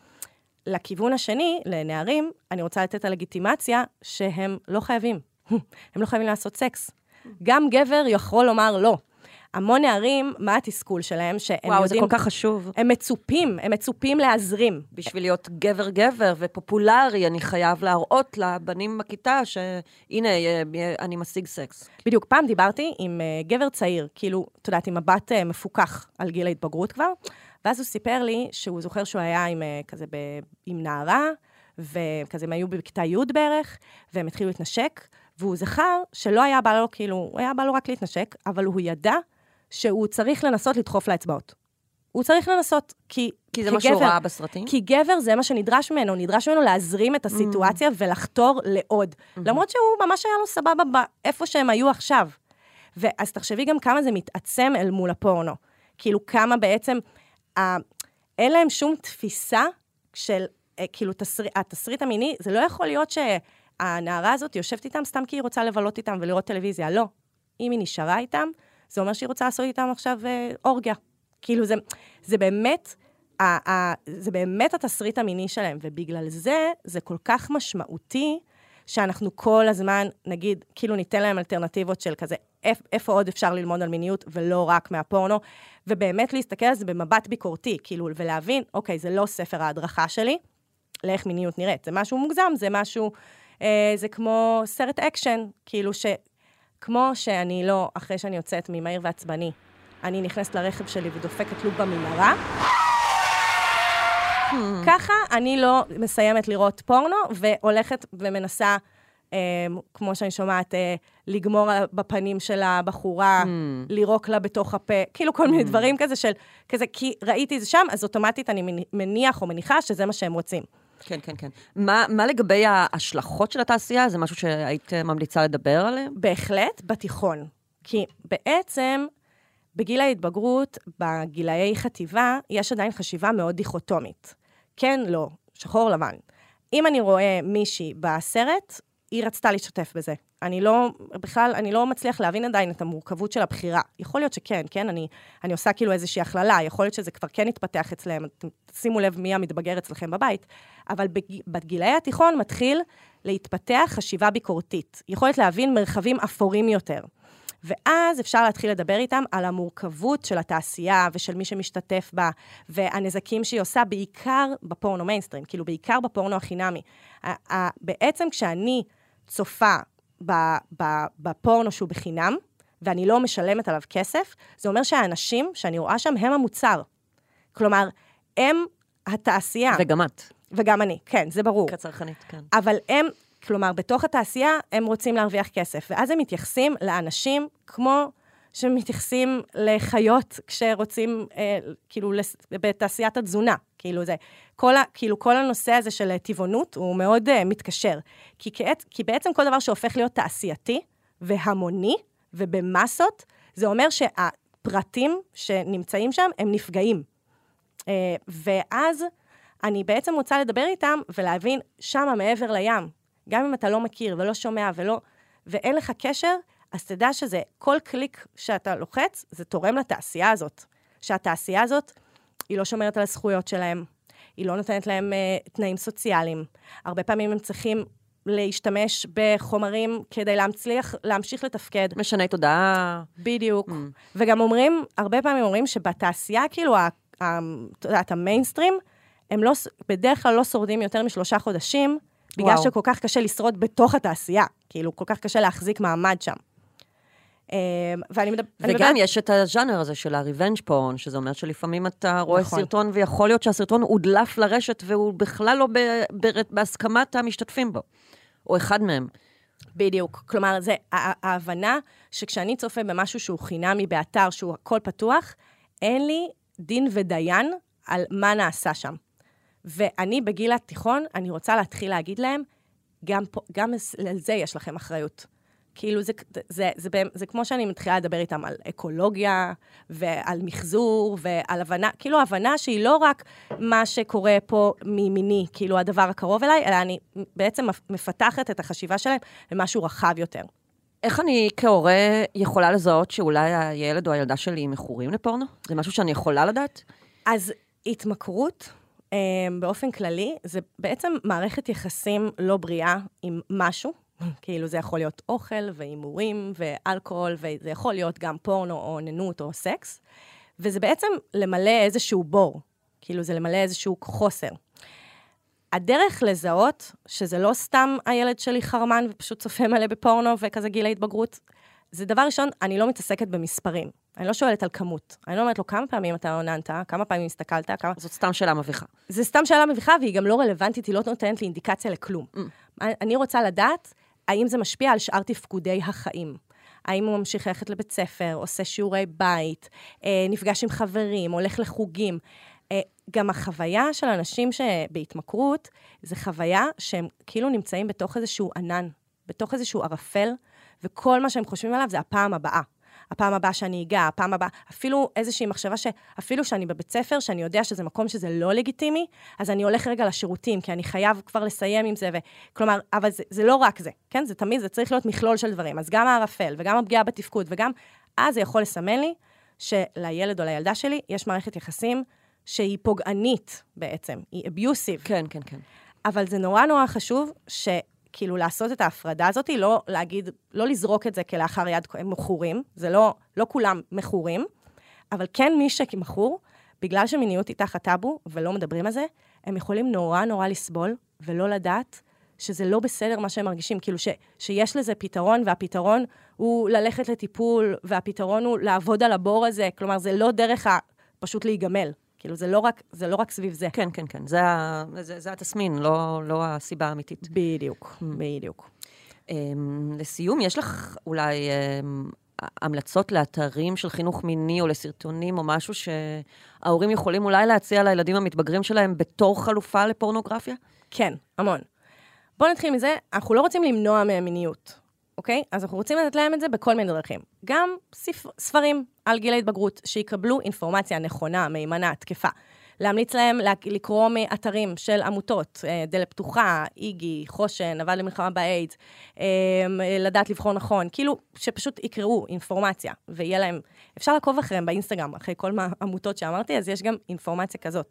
לכיוון השני, לנערים, אני רוצה לתת הלגיטימציה שהם לא חייבים. הם לא חייבים לעשות סקס. גם גבר יכול לומר לא. המון נערים, מה התסכול שלהם? שהם וואו, יודעים, זה כל כך חשוב. הם מצופים, הם מצופים להזרים. בשביל להיות גבר-גבר ופופולרי, אני חייב להראות לבנים בכיתה שהנה, אני משיג סקס. בדיוק, פעם דיברתי עם גבר צעיר, כאילו, את יודעת, עם מבט מפוקח על גיל ההתבגרות כבר, ואז הוא סיפר לי שהוא זוכר שהוא היה עם, כזה ב, עם נערה, וכזה הם היו בכיתה י' בערך, והם התחילו להתנשק, והוא זכר שלא היה בא לו, כאילו, הוא היה בא לו רק להתנשק, אבל הוא ידע שהוא צריך לנסות לדחוף לאצבעות. הוא צריך לנסות, כי... כי זה מה שהוא ראה בסרטים? כי גבר זה מה שנדרש ממנו, נדרש ממנו להזרים את הסיטואציה ולחתור לעוד. למרות שהוא ממש היה לו סבבה באיפה שהם היו עכשיו. ואז תחשבי גם כמה זה מתעצם אל מול הפורנו. כאילו כמה בעצם, אה, אין להם שום תפיסה של, אה, כאילו תסר, התסריט המיני, זה לא יכול להיות שהנערה הזאת יושבת איתם סתם כי היא רוצה לבלות איתם ולראות טלוויזיה. לא. אם היא נשארה איתם, זה אומר שהיא רוצה לעשות איתם עכשיו אה, אורגיה. כאילו זה, זה באמת, ה, ה, זה באמת התסריט המיני שלהם, ובגלל זה, זה כל כך משמעותי, שאנחנו כל הזמן, נגיד, כאילו ניתן להם אלטרנטיבות של כזה, איפה עוד אפשר ללמוד על מיניות, ולא רק מהפורנו, ובאמת להסתכל על זה במבט ביקורתי, כאילו, ולהבין, אוקיי, זה לא ספר ההדרכה שלי, לאיך מיניות נראית, זה משהו מוגזם, זה משהו, אה, זה כמו סרט אקשן, כאילו ש, כמו שאני לא, אחרי שאני יוצאת ממהיר ועצבני, אני נכנסת לרכב שלי ודופקת לוב במנהרה, ככה אני לא מסיימת לראות פורנו, והולכת ומנסה, כמו שאני שומעת, לגמור בפנים של הבחורה, לירוק לה בתוך הפה, כאילו כל מיני דברים כזה של, כזה, כי ראיתי את זה שם, אז אוטומטית אני מניח או מניחה שזה מה שהם רוצים. כן, כן, כן. מה, מה לגבי ההשלכות של התעשייה? זה משהו שהיית ממליצה לדבר עליהם? בהחלט, בתיכון. כי בעצם, בגיל ההתבגרות, בגילאי חטיבה, יש עדיין חשיבה מאוד דיכוטומית. כן, לא, שחור לבן. אם אני רואה מישהי בסרט, היא רצתה להשתתף בזה. אני לא, בכלל, אני לא מצליח להבין עדיין את המורכבות של הבחירה. יכול להיות שכן, כן, אני, אני עושה כאילו איזושהי הכללה, יכול להיות שזה כבר כן יתפתח אצלם, שימו לב מי המתבגר אצלכם בבית, אבל בגילאי התיכון מתחיל להתפתח חשיבה ביקורתית. יכולת להבין מרחבים אפורים יותר. ואז אפשר להתחיל לדבר איתם על המורכבות של התעשייה ושל מי שמשתתף בה, והנזקים שהיא עושה בעיקר בפורנו מיינסטרים, כאילו בעיקר בפורנו החינמי. בעצם כשאני צופה בפורנו שהוא בחינם, ואני לא משלמת עליו כסף, זה אומר שהאנשים שאני רואה שם הם המוצר. כלומר, הם התעשייה. וגם את. וגם אני, כן, זה ברור. כצרכנית, כן. אבל הם... כלומר, בתוך התעשייה הם רוצים להרוויח כסף, ואז הם מתייחסים לאנשים כמו שמתייחסים לחיות כשרוצים, אה, כאילו, בתעשיית התזונה. כאילו, זה, כל, ה, כאילו, כל הנושא הזה של טבעונות הוא מאוד אה, מתקשר. כי, כעת, כי בעצם כל דבר שהופך להיות תעשייתי והמוני ובמסות, זה אומר שהפרטים שנמצאים שם הם נפגעים. אה, ואז אני בעצם רוצה לדבר איתם ולהבין שמה מעבר לים. גם אם אתה לא מכיר ולא שומע ולא, ואין לך קשר, אז תדע שזה כל קליק שאתה לוחץ, זה תורם לתעשייה הזאת. שהתעשייה הזאת, היא לא שומרת על הזכויות שלהם, היא לא נותנת להם uh, תנאים סוציאליים. הרבה פעמים הם צריכים להשתמש בחומרים כדי להמצליח, להמשיך לתפקד. משנה תודעה. בדיוק. Mm. וגם אומרים, הרבה פעמים אומרים שבתעשייה, כאילו, ה, ה, תודעת, המיינסטרים, הם לא, בדרך כלל לא שורדים יותר משלושה חודשים, בגלל וואו. שכל כך קשה לשרוד בתוך התעשייה, כאילו כל כך קשה להחזיק מעמד שם. ואני מדבר... וגם מדבר... יש את הז'אנר הזה של הריבנג' פורן, שזה אומר שלפעמים אתה רואה נכון. סרטון, ויכול להיות שהסרטון הודלף לרשת, והוא בכלל לא ב... ב... בהסכמת המשתתפים בו, או אחד מהם. בדיוק. כלומר, זה ההבנה שכשאני צופה במשהו שהוא חינמי באתר, שהוא הכל פתוח, אין לי דין ודיין על מה נעשה שם. ואני בגיל התיכון, אני רוצה להתחיל להגיד להם, גם, פה, גם על זה יש לכם אחריות. כאילו זה, זה, זה, זה, זה כמו שאני מתחילה לדבר איתם על אקולוגיה, ועל מחזור, ועל הבנה, כאילו הבנה שהיא לא רק מה שקורה פה ממיני, כאילו הדבר הקרוב אליי, אלא אני בעצם מפתחת את החשיבה שלהם למשהו רחב יותר. איך אני כהורה יכולה לזהות שאולי הילד או הילדה שלי מכורים לפורנו? זה משהו שאני יכולה לדעת? אז התמכרות... באופן כללי, זה בעצם מערכת יחסים לא בריאה עם משהו, כאילו זה יכול להיות אוכל ואימורים ואלכוהול, וזה יכול להיות גם פורנו או ננות או סקס, וזה בעצם למלא איזשהו בור, כאילו זה למלא איזשהו חוסר. הדרך לזהות, שזה לא סתם הילד שלי חרמן ופשוט צופה מלא בפורנו וכזה גיל ההתבגרות, זה דבר ראשון, אני לא מתעסקת במספרים. אני לא שואלת על כמות. אני לא אומרת לו כמה פעמים אתה עוננת, כמה פעמים הסתכלת, כמה... זאת סתם שאלה מביכה. זה סתם שאלה מביכה, והיא גם לא רלוונטית, היא לא נותנת לי אינדיקציה לכלום. Mm. אני רוצה לדעת, האם זה משפיע על שאר תפקודי החיים. האם הוא ממשיך ללכת לבית ספר, עושה שיעורי בית, נפגש עם חברים, הולך לחוגים. גם החוויה של אנשים שבהתמכרות, זה חוויה שהם כאילו נמצאים בתוך איזשהו ענן, בתוך איזשהו ערפל, וכל מה שהם חושבים עליו זה הפעם הבאה. הפעם הבאה שאני אגע, הפעם הבאה, אפילו איזושהי מחשבה שאפילו שאני בבית ספר, שאני יודע שזה מקום שזה לא לגיטימי, אז אני הולך רגע לשירותים, כי אני חייב כבר לסיים עם זה, ו... כלומר, אבל זה, זה לא רק זה, כן? זה תמיד, זה צריך להיות מכלול של דברים. אז גם הערפל, וגם הפגיעה בתפקוד, וגם, אז זה יכול לסמן לי, שלילד או לילדה שלי, יש מערכת יחסים שהיא פוגענית בעצם, היא אביוסיב. כן, כן, כן. אבל זה נורא נורא חשוב ש... כאילו לעשות את ההפרדה הזאת, לא להגיד, לא לזרוק את זה כלאחר יד מכורים, זה לא, לא כולם מכורים, אבל כן מי שמכור, בגלל שמיניות היא תחת טאבו, ולא מדברים על זה, הם יכולים נורא נורא לסבול, ולא לדעת שזה לא בסדר מה שהם מרגישים, כאילו ש, שיש לזה פתרון, והפתרון הוא ללכת לטיפול, והפתרון הוא לעבוד על הבור הזה, כלומר זה לא דרך ה, פשוט להיגמל. כאילו, זה לא רק, זה לא רק סביב זה. כן, כן, כן. זה, זה, זה התסמין, לא, לא הסיבה האמיתית. בדיוק, בדיוק. לסיום, יש לך אולי המלצות לאתרים של חינוך מיני או לסרטונים או משהו שההורים יכולים אולי להציע לילדים המתבגרים שלהם בתור חלופה לפורנוגרפיה? כן, המון. בואו נתחיל מזה, אנחנו לא רוצים למנוע מהם מיניות. אוקיי? אז אנחנו רוצים לתת להם את זה בכל מיני דרכים. גם ספר, ספרים על גיל ההתבגרות, שיקבלו אינפורמציה נכונה, מהימנה, תקפה. להמליץ להם לקרוא מאתרים של עמותות, דלת פתוחה, איגי, חושן, עבד למלחמה באיידס, לדעת לבחור נכון, כאילו שפשוט יקראו אינפורמציה, ויהיה להם, אפשר לעקוב אחריהם באינסטגרם, אחרי כל העמותות שאמרתי, אז יש גם אינפורמציה כזאת.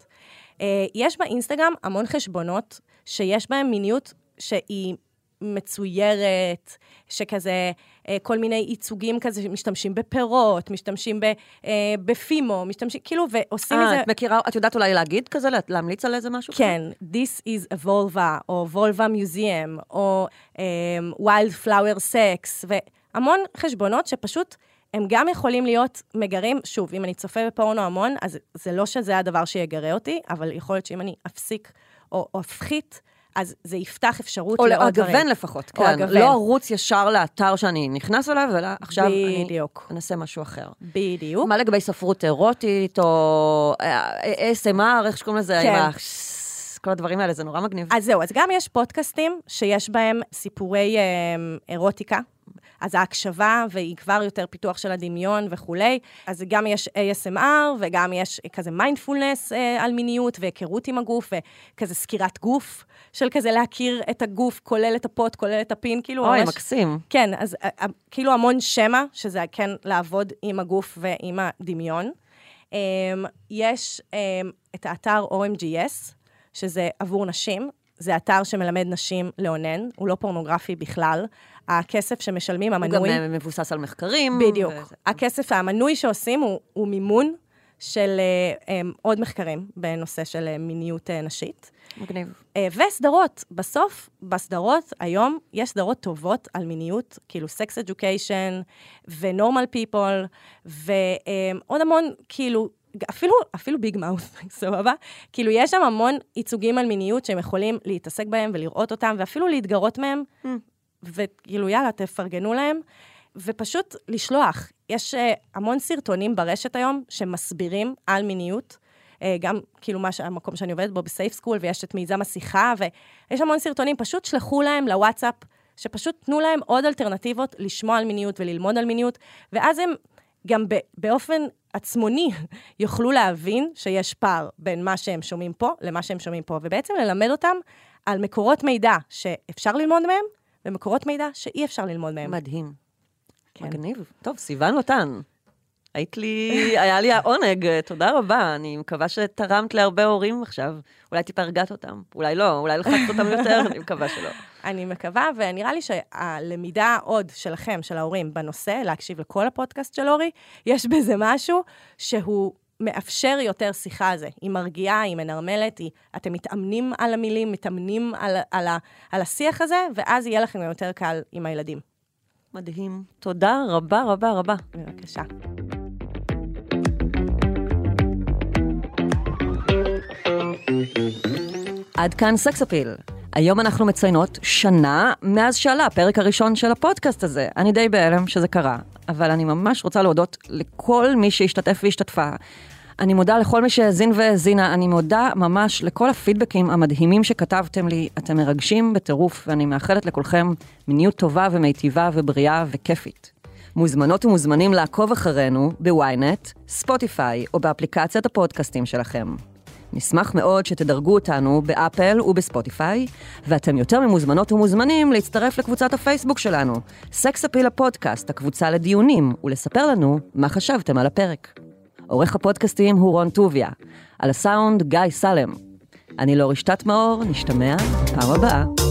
יש באינסטגרם המון חשבונות, שיש בהם מיניות שהיא מצוירת, שכזה, כל מיני ייצוגים כזה, משתמשים בפירות, משתמשים בפימו, משתמשים, כאילו, ועושים את זה... את מכירה, את יודעת אולי להגיד כזה, להמליץ על איזה משהו? כן, This is a Volva, או Volva Museum, או um, Wildflower Sex, והמון חשבונות שפשוט הם גם יכולים להיות מגרים, שוב, אם אני צופה בפורנו המון, אז זה לא שזה הדבר שיגרה אותי, אבל יכול להיות שאם אני אפסיק או, או אפחית, אז זה יפתח אפשרות או לעוד דברים. או אגוון לפחות, כן. אגוון. לא ערוץ ישר לאתר שאני נכנס אליו, אלא עכשיו בדיוק. אני אנסה משהו אחר. בדיוק. מה לגבי ספרות אירוטית, או אס אם אר, איך שקוראים לזה, כן. כל הדברים האלה, זה נורא מגניב. אז זהו, אז גם יש פודקאסטים שיש בהם סיפורי אירוטיקה, אז ההקשבה, והיא כבר יותר פיתוח של הדמיון וכולי, אז גם יש איי אס אם אר, וגם יש כזה מיינדפולנס אה, על מיניות, והיכרות עם הגוף, וכזה סקירת גוף, של כזה להכיר את הגוף, כולל את הפוט, כולל את הפין, כאילו... אוי, ממש, מקסים. כן, אז אה, כאילו המון שמה, שזה כן לעבוד עם הגוף ועם הדמיון. אה, יש אה, את האתר או אם ג'י אס, שזה עבור נשים, זה אתר שמלמד נשים לאונן, הוא לא פורנוגרפי בכלל. הכסף שמשלמים, המנוי... הוא גם מבוסס על מחקרים. בדיוק. וזה... הכסף, המנוי שעושים הוא, הוא מימון של um, עוד מחקרים בנושא של uh, מיניות uh, נשית. מגניב. Uh, וסדרות. בסוף, בסדרות, היום יש סדרות טובות על מיניות, כאילו Sex Education ו-Normal People, ועוד um, המון, כאילו... אפילו, אפילו ביג מאוס, סבבה? כאילו, יש שם המון ייצוגים על מיניות שהם יכולים להתעסק בהם ולראות אותם, ואפילו להתגרות מהם, mm. וכאילו, יאללה, תפרגנו להם, ופשוט לשלוח. יש uh, המון סרטונים ברשת היום שמסבירים על מיניות, uh, גם כאילו מה המקום שאני עובדת בו בסייף סקול, ויש את מיזם השיחה, ויש המון סרטונים, פשוט שלחו להם לוואטסאפ, שפשוט תנו להם עוד אלטרנטיבות לשמוע על מיניות וללמוד על מיניות, ואז הם גם באופן עצמוני יוכלו להבין שיש פער בין מה שהם שומעים פה למה שהם שומעים פה, ובעצם ללמד אותם על מקורות מידע שאפשר ללמוד מהם, ומקורות מידע שאי אפשר ללמוד מהם. מדהים. כן. מגניב. טוב, סיוון אותן. היית לי, היה לי העונג, תודה רבה. אני מקווה שתרמת להרבה הורים עכשיו. אולי טיפה הרגעת אותם. אולי לא, אולי לחצת אותם יותר, אני מקווה שלא. אני מקווה, ונראה לי שהלמידה עוד שלכם, של ההורים, בנושא, להקשיב לכל הפודקאסט של אורי, יש בזה משהו שהוא מאפשר יותר שיחה הזה. היא מרגיעה, היא מנרמלת, היא, אתם מתאמנים על המילים, מתאמנים על, על, על השיח הזה, ואז יהיה לכם יותר קל עם הילדים. מדהים. תודה רבה רבה רבה. בבקשה. עד כאן סקס אפיל. היום אנחנו מציינות שנה מאז שעלה הפרק הראשון של הפודקאסט הזה. אני די בהלם שזה קרה, אבל אני ממש רוצה להודות לכל מי שהשתתף והשתתפה. אני מודה לכל מי שהאזין והאזינה, אני מודה ממש לכל הפידבקים המדהימים שכתבתם לי. אתם מרגשים בטירוף, ואני מאחלת לכולכם מיניות טובה ומיטיבה ובריאה וכיפית. מוזמנות ומוזמנים לעקוב אחרינו בוויינט, ספוטיפיי או באפליקציית הפודקאסטים שלכם. נשמח מאוד שתדרגו אותנו באפל ובספוטיפיי, ואתם יותר ממוזמנות ומוזמנים להצטרף לקבוצת הפייסבוק שלנו, סקס אפיל הפודקאסט, הקבוצה לדיונים, ולספר לנו מה חשבתם על הפרק. עורך הפודקאסטים הוא רון טוביה, על הסאונד גיא סלם. אני לא רשתת מאור, נשתמע בפעם הבאה.